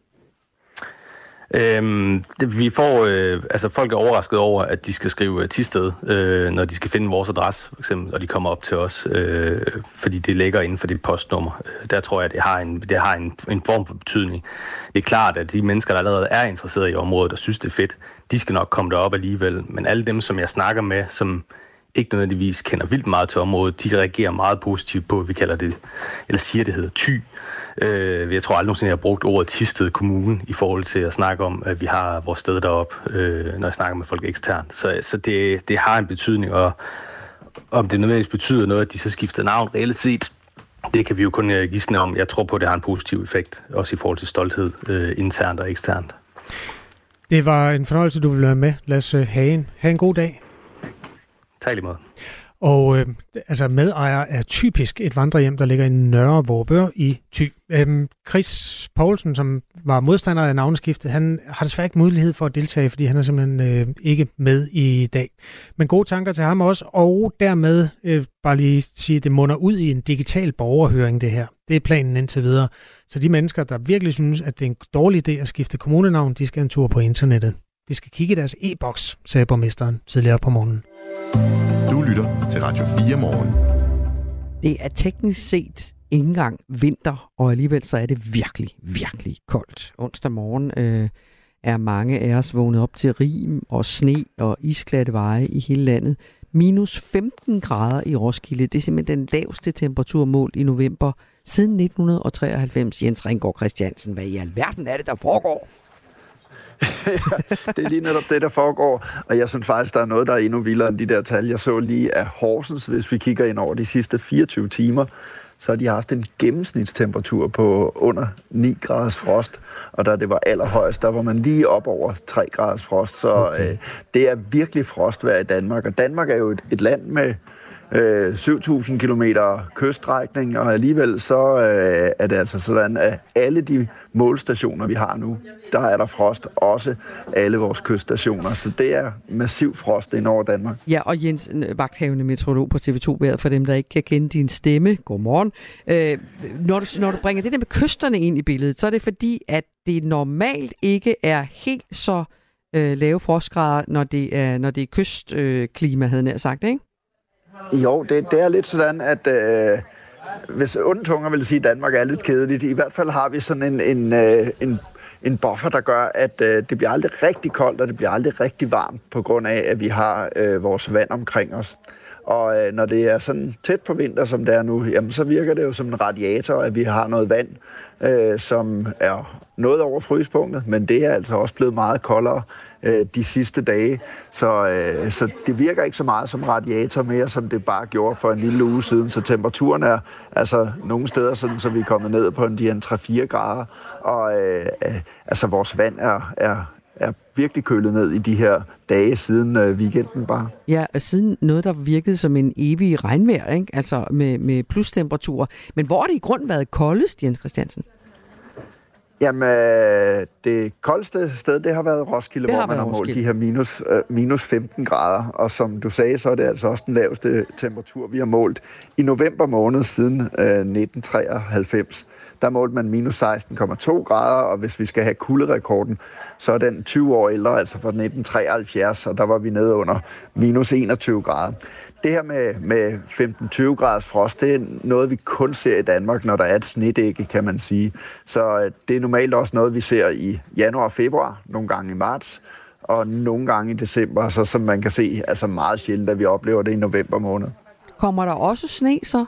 Øhm, det, vi får, øh, altså folk er overrasket over, at de skal skrive Thisted, øh, når de skal finde vores adresse, for eksempel, og de kommer op til os, øh, fordi det ligger inden for det postnummer. Der tror jeg, at det har en, det har en, en form for betydning. Det er klart, at de mennesker, der allerede er interesseret i området og synes, det er fedt, de skal nok komme derop alligevel. Men alle dem, som jeg snakker med, som ikke nødvendigvis kender vildt meget til området, de reagerer meget positivt på, at vi kalder det, eller siger, det hedder Thy. Øh, jeg tror aldrig nogensinde, jeg har brugt ordet Thisted Kommune i forhold til at snakke om, at vi har vores sted deroppe, øh, når jeg snakker med folk eksternt. Så, så det, det har en betydning, og om det nødvendigvis betyder noget, at de så skifter navn reelt set, det kan vi jo kun gisne om. Jeg tror på, at det har en positiv effekt, også i forhold til stolthed øh, internt og eksternt. Det var en fornøjelse, du ville være med, Lasse Hagen. Ha' en god dag. Tak lige måde. Og øh, altså medejer er Typisk et vandrehjem, der ligger i Nørre Vorupør i Thy. Øhm, Chris Poulsen, som var modstander af navneskiftet, han har desværre ikke mulighed for at deltage, fordi han er simpelthen øh, ikke med i dag. Men gode tanker til ham også, og dermed øh, bare lige sige, det munder ud i en digital borgerhøring, det her. Det er planen indtil videre. Så de mennesker, der virkelig synes, at det er en dårlig idé at skifte kommunenavn, de skal en tur på internettet. De skal kigge i deres e-boks, sagde borgmesteren tidligere på morgenen. Du lytter til Radio fire Morgen. Det er teknisk set ikke engang vinter, og alligevel så er det virkelig, virkelig koldt. Onsdag morgen øh, er mange af os vågnet op til rim og sne og isglatte veje i hele landet. Minus femten grader i Roskilde. Det er simpelthen den laveste temperaturmål i november siden nitten treoghalvfems. Jens Ringgaard Christiansen, hvad i alverden er det, der foregår? Ja, det er lige netop det, der foregår, og jeg synes faktisk, der er noget, der er endnu vildere end de der tal. Jeg så lige af Horsens, hvis vi kigger ind over de sidste fireogtyve timer, så har de haft en gennemsnitstemperatur på under ni graders frost, og da det var allerhøjst, der var man lige op over tre graders frost, så okay. øh, det er virkelig frostvejr i Danmark, og Danmark er jo et, et land med øh, syv tusind kilometer kyststrækning, og alligevel så øh, er det altså sådan, at alle de målstationer, vi har nu, der er der frost, også alle vores kyststationer, så det er massiv frost ind over Danmark. Ja, og Jens, vagthavende meteorolog på T V to-vejret, for dem, der ikke kan kende din stemme. Godmorgen. Øh, når, du, når du bringer det der med kysterne ind i billedet, så er det fordi, at det normalt ikke er helt så øh, lave frostgrader, når det er, når det er kystklima, øh, havde jeg sagt, ikke? Jo, det, det er lidt sådan, at øh, hvis onde tunger vil sige, at Danmark er lidt kedeligt, i hvert fald har vi sådan en, en, øh, en, en buffer, der gør, at øh, det bliver aldrig rigtig koldt, og det bliver aldrig rigtig varmt, på grund af, at vi har øh, vores vand omkring os. Og øh, når det er sådan tæt på vinter, som det er nu, jamen, så virker det jo som en radiator, at vi har noget vand, øh, som er noget over frysepunktet, men det er altså også blevet meget koldere øh, de sidste dage. Så, øh, så det virker ikke så meget som radiator mere, som det bare gjorde for en lille uge siden. Så temperaturen er altså nogle steder sådan, så vi er kommet ned på en, de tre til fire grader. Og øh, øh, altså vores vand er, er, er virkelig kølet ned i de her dage siden øh, weekenden bare. Ja, siden noget, der virkede som en evig regnvejr, ikke? Altså med, med plustemperaturer. Men hvor har det i grund været koldest, Jens Christiansen? Jamen, det koldeste sted, det har været Roskilde, har hvor man har målt de her minus, øh, minus femten grader. Og som du sagde, så er det altså også den laveste temperatur, vi har målt i november måned siden øh, nitten treoghalvfems. Der målte man minus seksten komma to grader, og hvis vi skal have kulderekorden, så er den tyve år ældre, altså fra nitten treoghalvfjerds, og der var vi nede under minus enogtyve grader. Det her med, med femten til tyve graders frost, det er noget, vi kun ser i Danmark, når der er et snedække, kan man sige. Så det er normalt også noget, vi ser i januar og februar, nogle gange i marts, og nogle gange i december, så som man kan se, altså meget sjældent, at vi oplever det i november måned. Kommer der også sne så?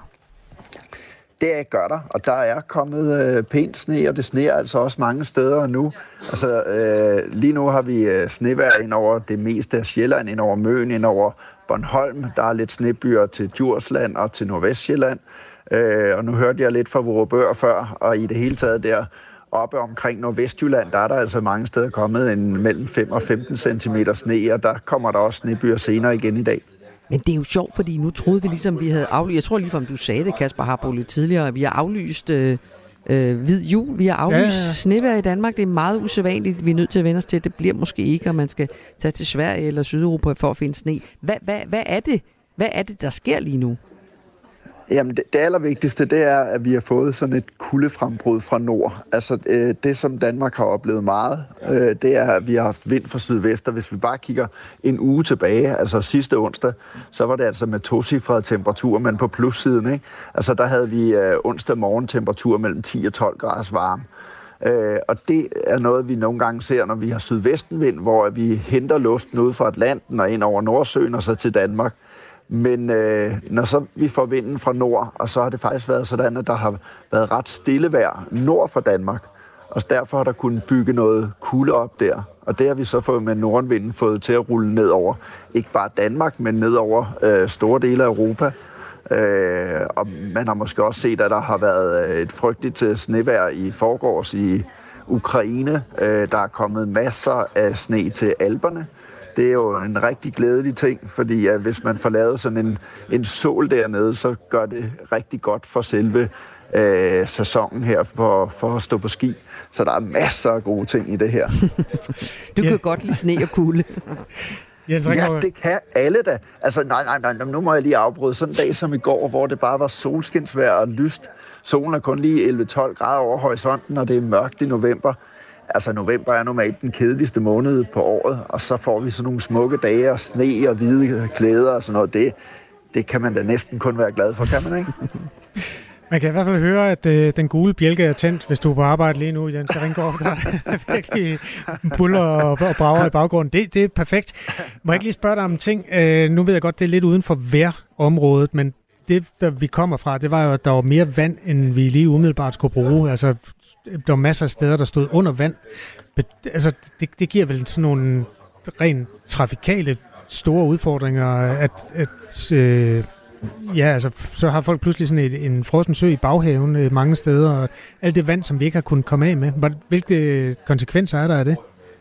Det gør der, og der er kommet øh, pænt sne, og det sneer altså også mange steder nu. Altså, øh, lige nu har vi øh, snevejr ind over det meste af Sjælland, ind over Møn, ind over Bornholm. Der er lidt snebyer til Djursland og til Nordvestjylland. Øh, og nu hørte jeg lidt fra Vorupør før, og i det hele taget der oppe omkring Nordvestjylland, der er der altså mange steder kommet en mellem fem og femten centimeter sne, og der kommer der også snebyer senere igen i dag. Men det er jo sjovt, fordi nu troede vi ligesom, vi havde aflyst, jeg tror ligefrem, du sagde det, Kasper Harbo, lidt tidligere, vi har aflyst øh, øh, hvid jul, vi har aflyst ja, ja. snevejr i Danmark, det er meget usædvanligt, vi er nødt til at vende os til, det bliver måske ikke, og man skal tage til Sverige eller Sydeuropa for at finde sne. Hvad, hvad, hvad er det, hvad er det, der sker lige nu? Jamen, det, det allervigtigste, det er, at vi har fået sådan et kuldefrembrud fra nord. Altså, øh, det som Danmark har oplevet meget, øh, det er, at vi har haft vind fra sydvest, og hvis vi bare kigger en uge tilbage, altså sidste onsdag, så var det altså med tocifrede temperaturer, men på plussiden, ikke? Altså, der havde vi øh, onsdag morgen temperatur mellem ti og tolv graders varme. Øh, og det er noget, vi nogle gange ser, når vi har sydvestenvind, hvor vi henter luften ud fra Atlanten og ind over Nordsøen og så til Danmark. Men øh, når så vi får vinden fra nord, og så har det faktisk været sådan, at der har været ret stille vejr nord for Danmark. Og derfor har der kunnet bygge noget kulde op der. Og det har vi så fået med nordenvinden fået til at rulle ned over, ikke bare Danmark, men ned over øh, store dele af Europa. Øh, og man har måske også set, at der har været et frygteligt snevejr i forgårs i Ukraine. Øh, der er kommet masser af sne til Alperne. Det er jo en rigtig glædelig ting, fordi at hvis man får lavet sådan en, en sol dernede, så gør det rigtig godt for selve øh, sæsonen her for, for at stå på ski. Så der er masser af gode ting i det her. Du kan ja. godt lide sne og kulde. Ja, det kan alle da. Altså, nej, nej, nej, nu må jeg lige afbryde. Sådan en dag som i går, hvor det bare var solskinsvejr og lyst. Solen er kun lige elleve til tolv grader over horisonten, og det er mørkt i november. Altså, november er normalt den kedeligste måned på året, og så får vi sådan nogle smukke dage og sne og hvide klæder og sådan noget. Det, det kan man da næsten kun være glad for, kan man ikke? Man kan i hvert fald høre, at øh, den gule bjælke er tændt, hvis du er på arbejde lige nu, Jens Ringgaard. Der er virkelig buller og, og brager i baggrunden. Det, det er perfekt. Må jeg ikke lige spørge dig om en ting? Øh, nu ved jeg godt, det er lidt uden for vejrområdet, men det, der vi kommer fra, det var jo, at der var mere vand, end vi lige umiddelbart skulle bruge. Altså, der var masser af steder, der stod under vand. Altså, det, det giver vel sådan nogle rent trafikale store udfordringer, at... at øh, ja, altså, så har folk pludselig sådan et, en frossen sø i baghaven øh, mange steder, og alt det vand, som vi ikke har kunnet komme af med. Hvilke konsekvenser er der af det?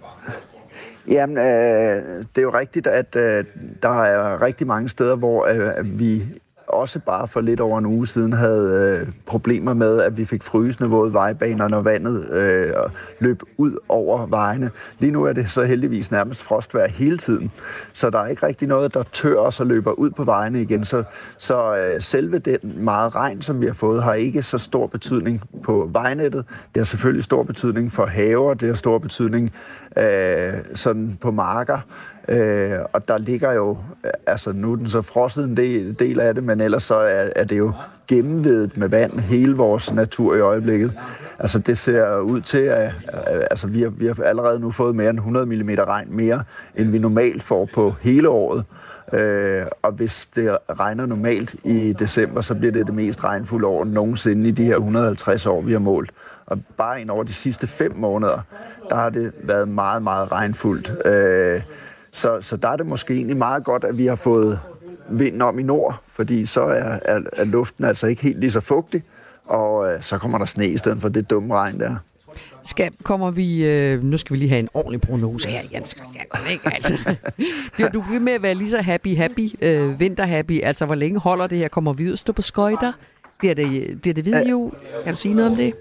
Jamen, øh, det er jo rigtigt, at øh, der er rigtig mange steder, hvor øh, vi også bare for lidt over en uge siden havde øh, problemer med, at vi fik frysende våde vejbaner, når vandet øh, løb ud over vejene. Lige nu er det så heldigvis nærmest frostvejr hele tiden, så der er ikke rigtig noget, der tør os og løber ud på vejene igen. Så, så øh, selve den meget regn, som vi har fået, har ikke så stor betydning på vejnettet. Det har selvfølgelig stor betydning for haver, det har stor betydning øh, sådan på marker. Øh, og der ligger jo, altså nu er den så frosset en del, del af det, men ellers så er, er det jo gennemvedet med vand, hele vores natur i øjeblikket. Altså det ser ud til, at altså, vi, har, vi har allerede nu fået mere end hundrede millimeter regn mere, end vi normalt får på hele året. Øh, og hvis det regner normalt i december, så bliver det det mest regnfulde år nogensinde i de her et hundrede og halvtreds år, vi har målt. Og bare ind over de sidste fem måneder, der har det været meget, meget regnfuldt. Øh, Så, så der er det måske egentlig meget godt, at vi har fået vinden om i nord, fordi så er, er, er luften altså ikke helt lige så fugtig, og øh, så kommer der sne i stedet for det dumme regn der. Skal, kommer vi, øh, nu skal vi lige have en ordentlig prognose her, Jens Christiansen, ikke? Altså, bliver du ved med at være lige så happy, happy, øh, vinterhappy? Altså, hvor længe holder det her? Kommer vi ud og stå på skøjter? Bliver det, bliver det hvidjul? Kan du sige noget om det?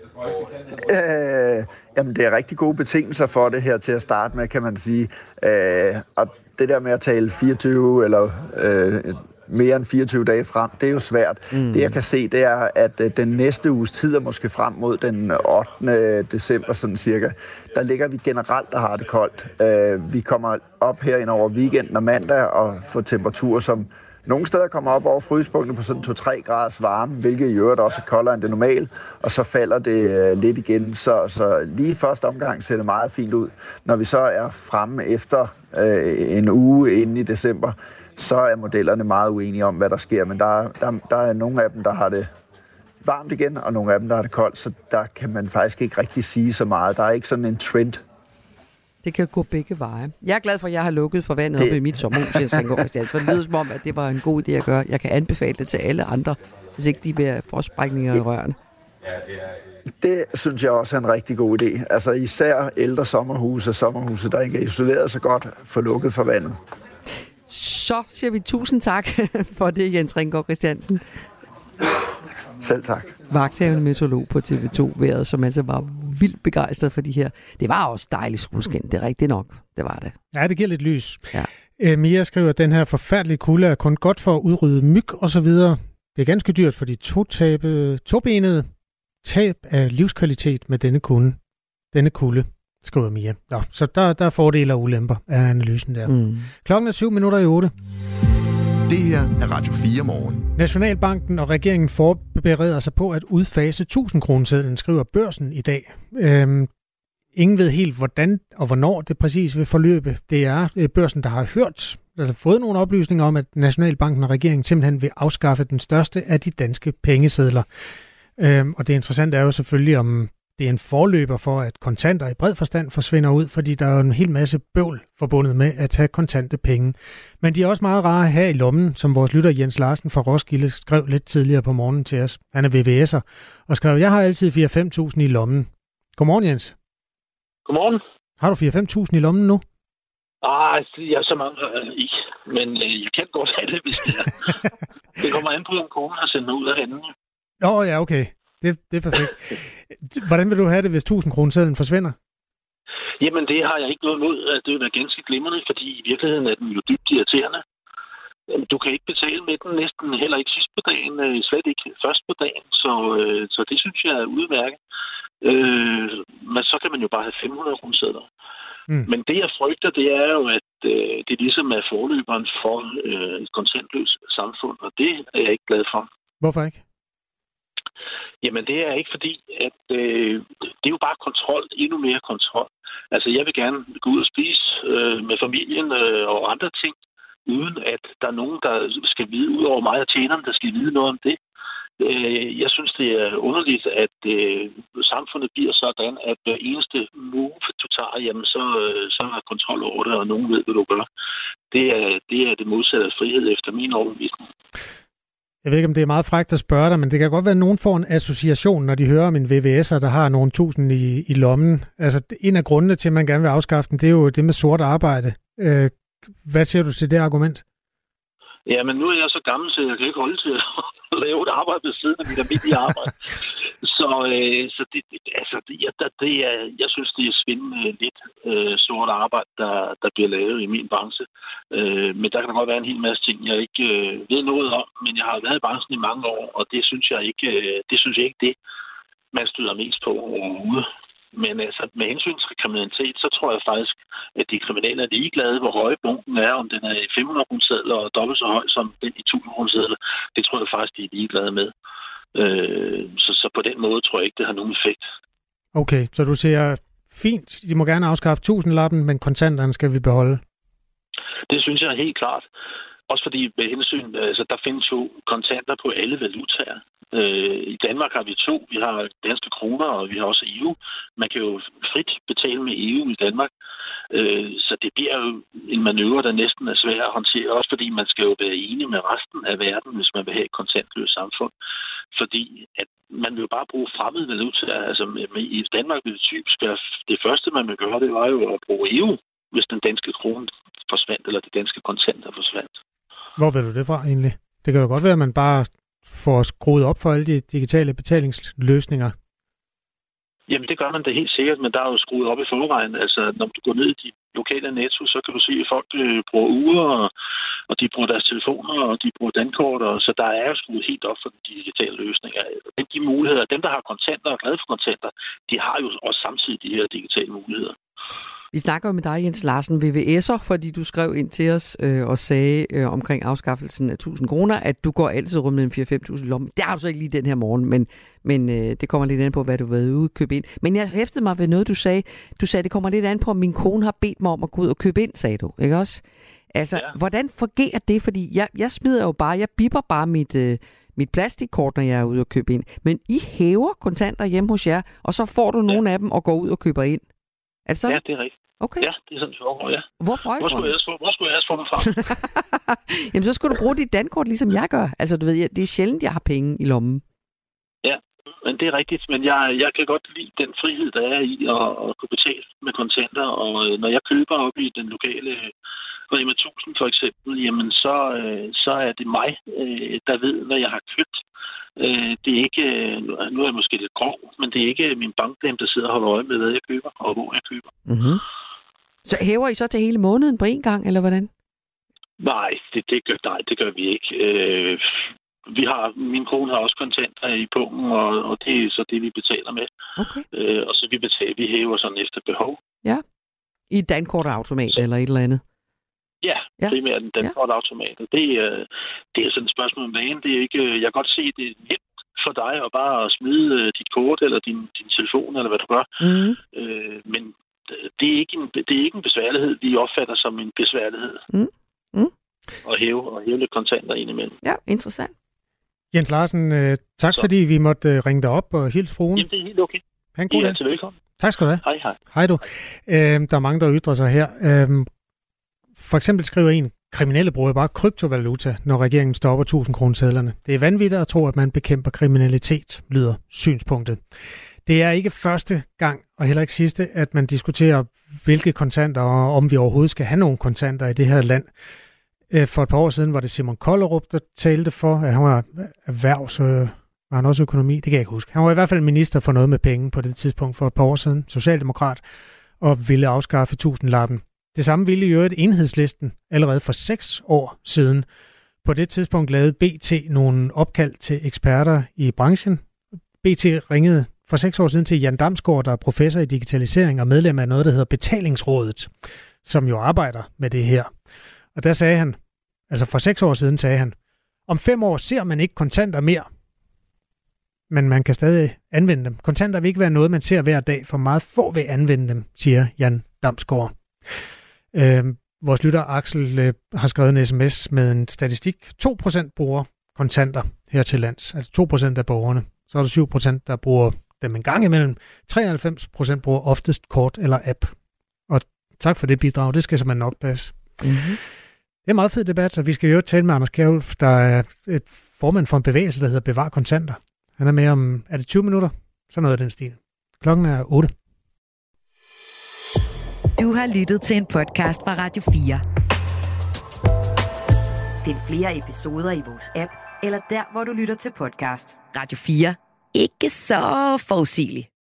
Øh, jamen, det er rigtig gode betingelser for det her til at starte med, kan man sige. Øh, og det der med at tale fireogtyve eller øh, mere end fireogtyve dage frem, det er jo svært. Mm. Det jeg kan se, det er, at øh, den næste uges tid, er måske frem mod den ottende december, sådan cirka, der ligger vi generelt og har det koldt. Øh, vi kommer op her ind over weekenden og mandag og får temperaturer, som nogle steder kommer op over frysepunktet på sådan to til tre graders varme, hvilket i øvrigt også er koldere end det normale, og så falder det øh, lidt igen. Så, så lige i første omgang ser det meget fint ud. Når vi så er fremme efter øh, en uge inden i december, så er modellerne meget uenige om, hvad der sker. Men der, der, der er nogle af dem, der har det varmt igen, og nogle af dem, der har det koldt, så der kan man faktisk ikke rigtig sige så meget. Der er ikke sådan en trend. Det kan gå begge veje. Jeg er glad for, at jeg har lukket for vandet det... op i mit sommerhus, Jens Ringgaard Christiansen. For det lyder som om, at det var en god idé at gøre. Jeg kan anbefale det til alle andre, hvis ikke de bliver frostsprækninger i rørene. Det synes jeg også er en rigtig god idé. Altså især ældre sommerhuse og sommerhuse, der ikke er isoleret så godt, få lukket for vandet. Så siger vi tusind tak for det, Jens Ringgaard Christiansen. Selv tak. Vagthavende meteorolog på T V to Vejret, som altså var vildt begejstret for de her. Det var også dejligt solskin, det er rigtigt nok. Det var det. Ja, det giver lidt lys. Ja. Æ, Mia skriver, at den her forfærdelige kulde er kun godt for at udrydde myg og så videre. Det er ganske dyrt for de to-tabe, to-benede tab af livskvalitet med denne kunde. Denne kulde, skriver Mia. Nå, så der, der er fordele og ulemper af analysen der. Mm. Klokken er syv minutter i otte. Det her er Radio fire morgen. Nationalbanken og regeringen forbereder sig på at udfase tusind-kronesedlen, skriver Børsen i dag. Øhm, ingen ved helt, hvordan og hvornår det præcis vil forløbe. Det er Børsen, der har hørt, der har fået nogle oplysninger om, at Nationalbanken og regeringen simpelthen vil afskaffe den største af de danske pengesedler. Øhm, og det interessante er jo selvfølgelig, om det er en forløber for, at kontanter i bred forstand forsvinder ud, fordi der er en hel masse bøvl forbundet med at have kontante penge. Men de er også meget rare her i lommen, som vores lytter Jens Larsen fra Roskilde skrev lidt tidligere på morgenen til os. Han er V V S'er og skrev, jeg har altid fire til fem tusind i lommen. Godmorgen, Jens. Godmorgen. Har du fire til fem tusind i lommen nu? Ah, jeg så mange øh, ikke, men øh, jeg kan godt have det, hvis det er. Det kommer an på, om konen har sendt mig ud af handen. Nå ja, okay. Det, det er perfekt. Hvordan vil du have det, hvis tusind-kronesedlen forsvinder? Jamen, det har jeg ikke noget imod. Det vil være ganske glimrende, fordi i virkeligheden er den jo dybt irriterende. Du kan ikke betale med den næsten heller ikke sidst på dagen, slet ikke først på dagen, så, så det synes jeg er udmærket. Øh, men så kan man jo bare have fem hundrede kronesedler. Mm. Men det, jeg frygter, det er jo, at øh, det ligesom er forløberen for øh, et kontantløst samfund, og det er jeg ikke glad for. Hvorfor ikke? Jamen, det er ikke fordi, at øh, det er jo bare kontrol, endnu mere kontrol. Altså, jeg vil gerne gå ud og spise øh, med familien øh, og andre ting, uden at der er nogen, der skal vide, ud over mig og tjeneren, der skal vide noget om det. Øh, jeg synes, det er underligt, at øh, samfundet bliver sådan, at hver eneste move, du tager, jamen, så, øh, så har kontrol over det, og nogen ved, hvad du gør. Det er det, er det modsatte af frihed efter min overbevisning. Jeg ved ikke, om det er meget frækt at spørge dig, men det kan godt være, at nogen får en association, når de hører om en V V S'er, der har nogle tusind i, i lommen. Altså, en af grundene til, at man gerne vil afskaffe den, det er jo det med sort arbejde. Øh, hvad siger du til det argument? Ja, men nu er jeg så gammel, så jeg kan ikke holde til at lave et arbejde ved siden af mit almindelige arbejde. Så, øh, så det, det, altså, det, ja, det er, jeg synes, det er svindende lidt øh, sort arbejde, der, der bliver lavet i min branche. Øh, men der kan der godt være en hel masse ting, jeg ikke øh, ved noget om, men jeg har været i branchen i mange år, og det synes jeg ikke, øh, det synes jeg ikke det, man støder mest på overhovedet. Men altså, med hensyn til kriminalitet, så tror jeg faktisk, at de kriminelle er ligeglade, hvor høje bunken er, om den er i fem hundrede kroner sedler og dobbelt så høj som den i tusind kroner sedler. Det tror jeg faktisk, de er ligeglade med. Øh, så, så på den måde tror jeg ikke, det har nogen effekt. Okay, så du siger fint, de må gerne afskaffe tusindlappen, men kontanterne skal vi beholde? Det synes jeg er helt klart. Også fordi med hensyn, altså der findes jo kontanter på alle valutaer. Øh, I Danmark har vi to. Vi har danske kroner, og vi har også E U. Man kan jo frit betale med E U i Danmark. Øh, så det bliver jo en manøvre, der næsten er svær at håndtere. Også fordi man skal jo være enig med resten af verden, hvis man vil have et kontantløst samfund. Fordi at man vil jo bare bruge fremmede valutaer. Altså med, i Danmark vil det typisk være det første, man vil gøre, det var jo at bruge E U, hvis den danske krone forsvandt, eller de danske kontanter forsvandt. Hvor ved du det fra egentlig? Det kan jo godt være, at man bare får skruet op for alle de digitale betalingsløsninger. Jamen, det gør man da helt sikkert, men der er jo skruet op i forvejen. Altså, når du går ned i de lokale Netto, så kan du se, at folk øh, bruger uger, og, og de bruger deres telefoner, og de bruger dankort, og så der er jo skruet helt op for de digitale løsninger. Men de muligheder, dem, der har kontanter og er glade for kontanter, de har jo også samtidig de her digitale muligheder. Vi snakker jo med dig, Jens Larsen, V V S'er, fordi du skrev ind til os øh, og sagde øh, omkring afskaffelsen af tusind kroner, at du går altid rundt med en fire til fem tusind lommen. Det har du så ikke lige den her morgen, men, men øh, det kommer lidt an på, hvad du har været ude og købe ind. Men jeg hæftede mig ved noget, du sagde. Du sagde, det kommer lidt an på, om min kone har bedt mig om at gå ud og købe ind, sagde du, ikke også? Altså, ja. Hvordan fungerer det? Fordi jeg, jeg smider jo bare, jeg bipper bare mit, øh, mit plastikkort, når jeg er ude og købe ind. Men I hæver kontanter hjemme hos jer, og så får du ja. nogle af dem og går ud og køber ind. Altså, ja, det er rigtigt. Okay. Ja, det er sådan, det foregår, ja. Hvorfor ikke? Hvor skulle jeg ellers få, hvor skulle jeg ellers få dem fra? Jamen, så skulle du bruge dit dankort, ligesom jeg gør. Altså, du ved, det er sjældent, jeg har penge i lommen. Ja, men det er rigtigt. Men jeg, jeg kan godt lide den frihed, der er i at, at kunne betale med kontanter. Og når jeg køber op i den lokale Rema tusind for eksempel, jamen så, så er det mig, der ved, hvad jeg har købt. Det er ikke, nu er jeg måske lidt grov, men det er ikke min bankdame, der sidder og holder øje med, hvad jeg køber og hvor jeg køber. Mm-hmm. Så hæver I så til hele måneden på én gang, eller hvordan? Nej, det, det, gør, nej, det gør vi ikke. Øh, vi har, min kone har også kontanter i pungen, og, og det er så det, vi betaler med. Okay. Øh, og så vi betaler, vi hæver sådan efter behov. Ja, i et dankortautomat eller et eller andet? Ja, ja. Primært en dankortautomat. Ja. Det, øh, det er sådan et spørgsmål om vane. Det er ikke, jeg kan godt se, det er nemt for dig at bare smide dit kort eller din, din telefon, eller hvad du gør. Mm. Øh, men det er, ikke en, det er ikke en besværlighed, vi opfatter som en besværlighed. Mm. Mm. Og hæve, og hæve lidt kontanter ind imellem. Ja, interessant. Jens Larsen, øh, tak Så. fordi vi måtte øh, ringe dig op og hilse fruen. Jamen, det er helt okay. Ha' en god dag. Ja, til velkommen. Tak skal du have. Hej, hej. Hej du. Øh, der er mange, der ytrer sig her. Øh, for eksempel skriver en, kriminelle bruger bare kryptovaluta, når regeringen stopper tusind kroner sedlerne. Det er vanvittigt at tro, at man bekæmper kriminalitet, lyder synspunktet. Det er ikke første gang, og heller ikke sidste, at man diskuterer, hvilke kontanter, og om vi overhovedet skal have nogle kontanter i det her land. For et par år siden var det Simon Kollerup, der talte for, at han var erhvervs, var han også økonomi, det kan jeg ikke huske. Han var i hvert fald minister for noget med penge på det tidspunkt for et par år siden, socialdemokrat, og ville afskaffe tusindlappen. Det samme ville i øvrigt Enhedslisten allerede for seks år siden. På det tidspunkt lavede B T nogle opkald til eksperter i branchen. B T ringede for seks år siden til Jan Damsgaard, der er professor i digitalisering og medlem af noget, der hedder Betalingsrådet, som jo arbejder med det her. Og der sagde han, altså for seks år siden sagde han, om fem år ser man ikke kontanter mere. men man kan stadig anvende dem. Kontanter vil ikke være noget, man ser hver dag, for meget få vil anvende dem, siger Jan Damsgaard. Øh, vores lytter Axel øh, har skrevet en sms med en statistik. to procent bruger kontanter her til lands, altså to procent af borgerne. Så er der syv procent, der bruger dem en gang imellem. treoghalvfems procent bruger oftest kort eller app. Og tak for det bidrag, det skal simpelthen nok passe. Mm-hmm. Det er en meget fed debat, og vi skal jo tale med Anders Kjærulf, der er et formand for en bevægelse, der hedder Bevar Kontanter. Han er med om, er det tyve minutter? Så noget af den stil. Klokken er otte. Du har lyttet til en podcast fra Radio fire. Find flere episoder i vores app, eller der, hvor du lytter til podcast. Radio fire. Ikke så forudsigeligt.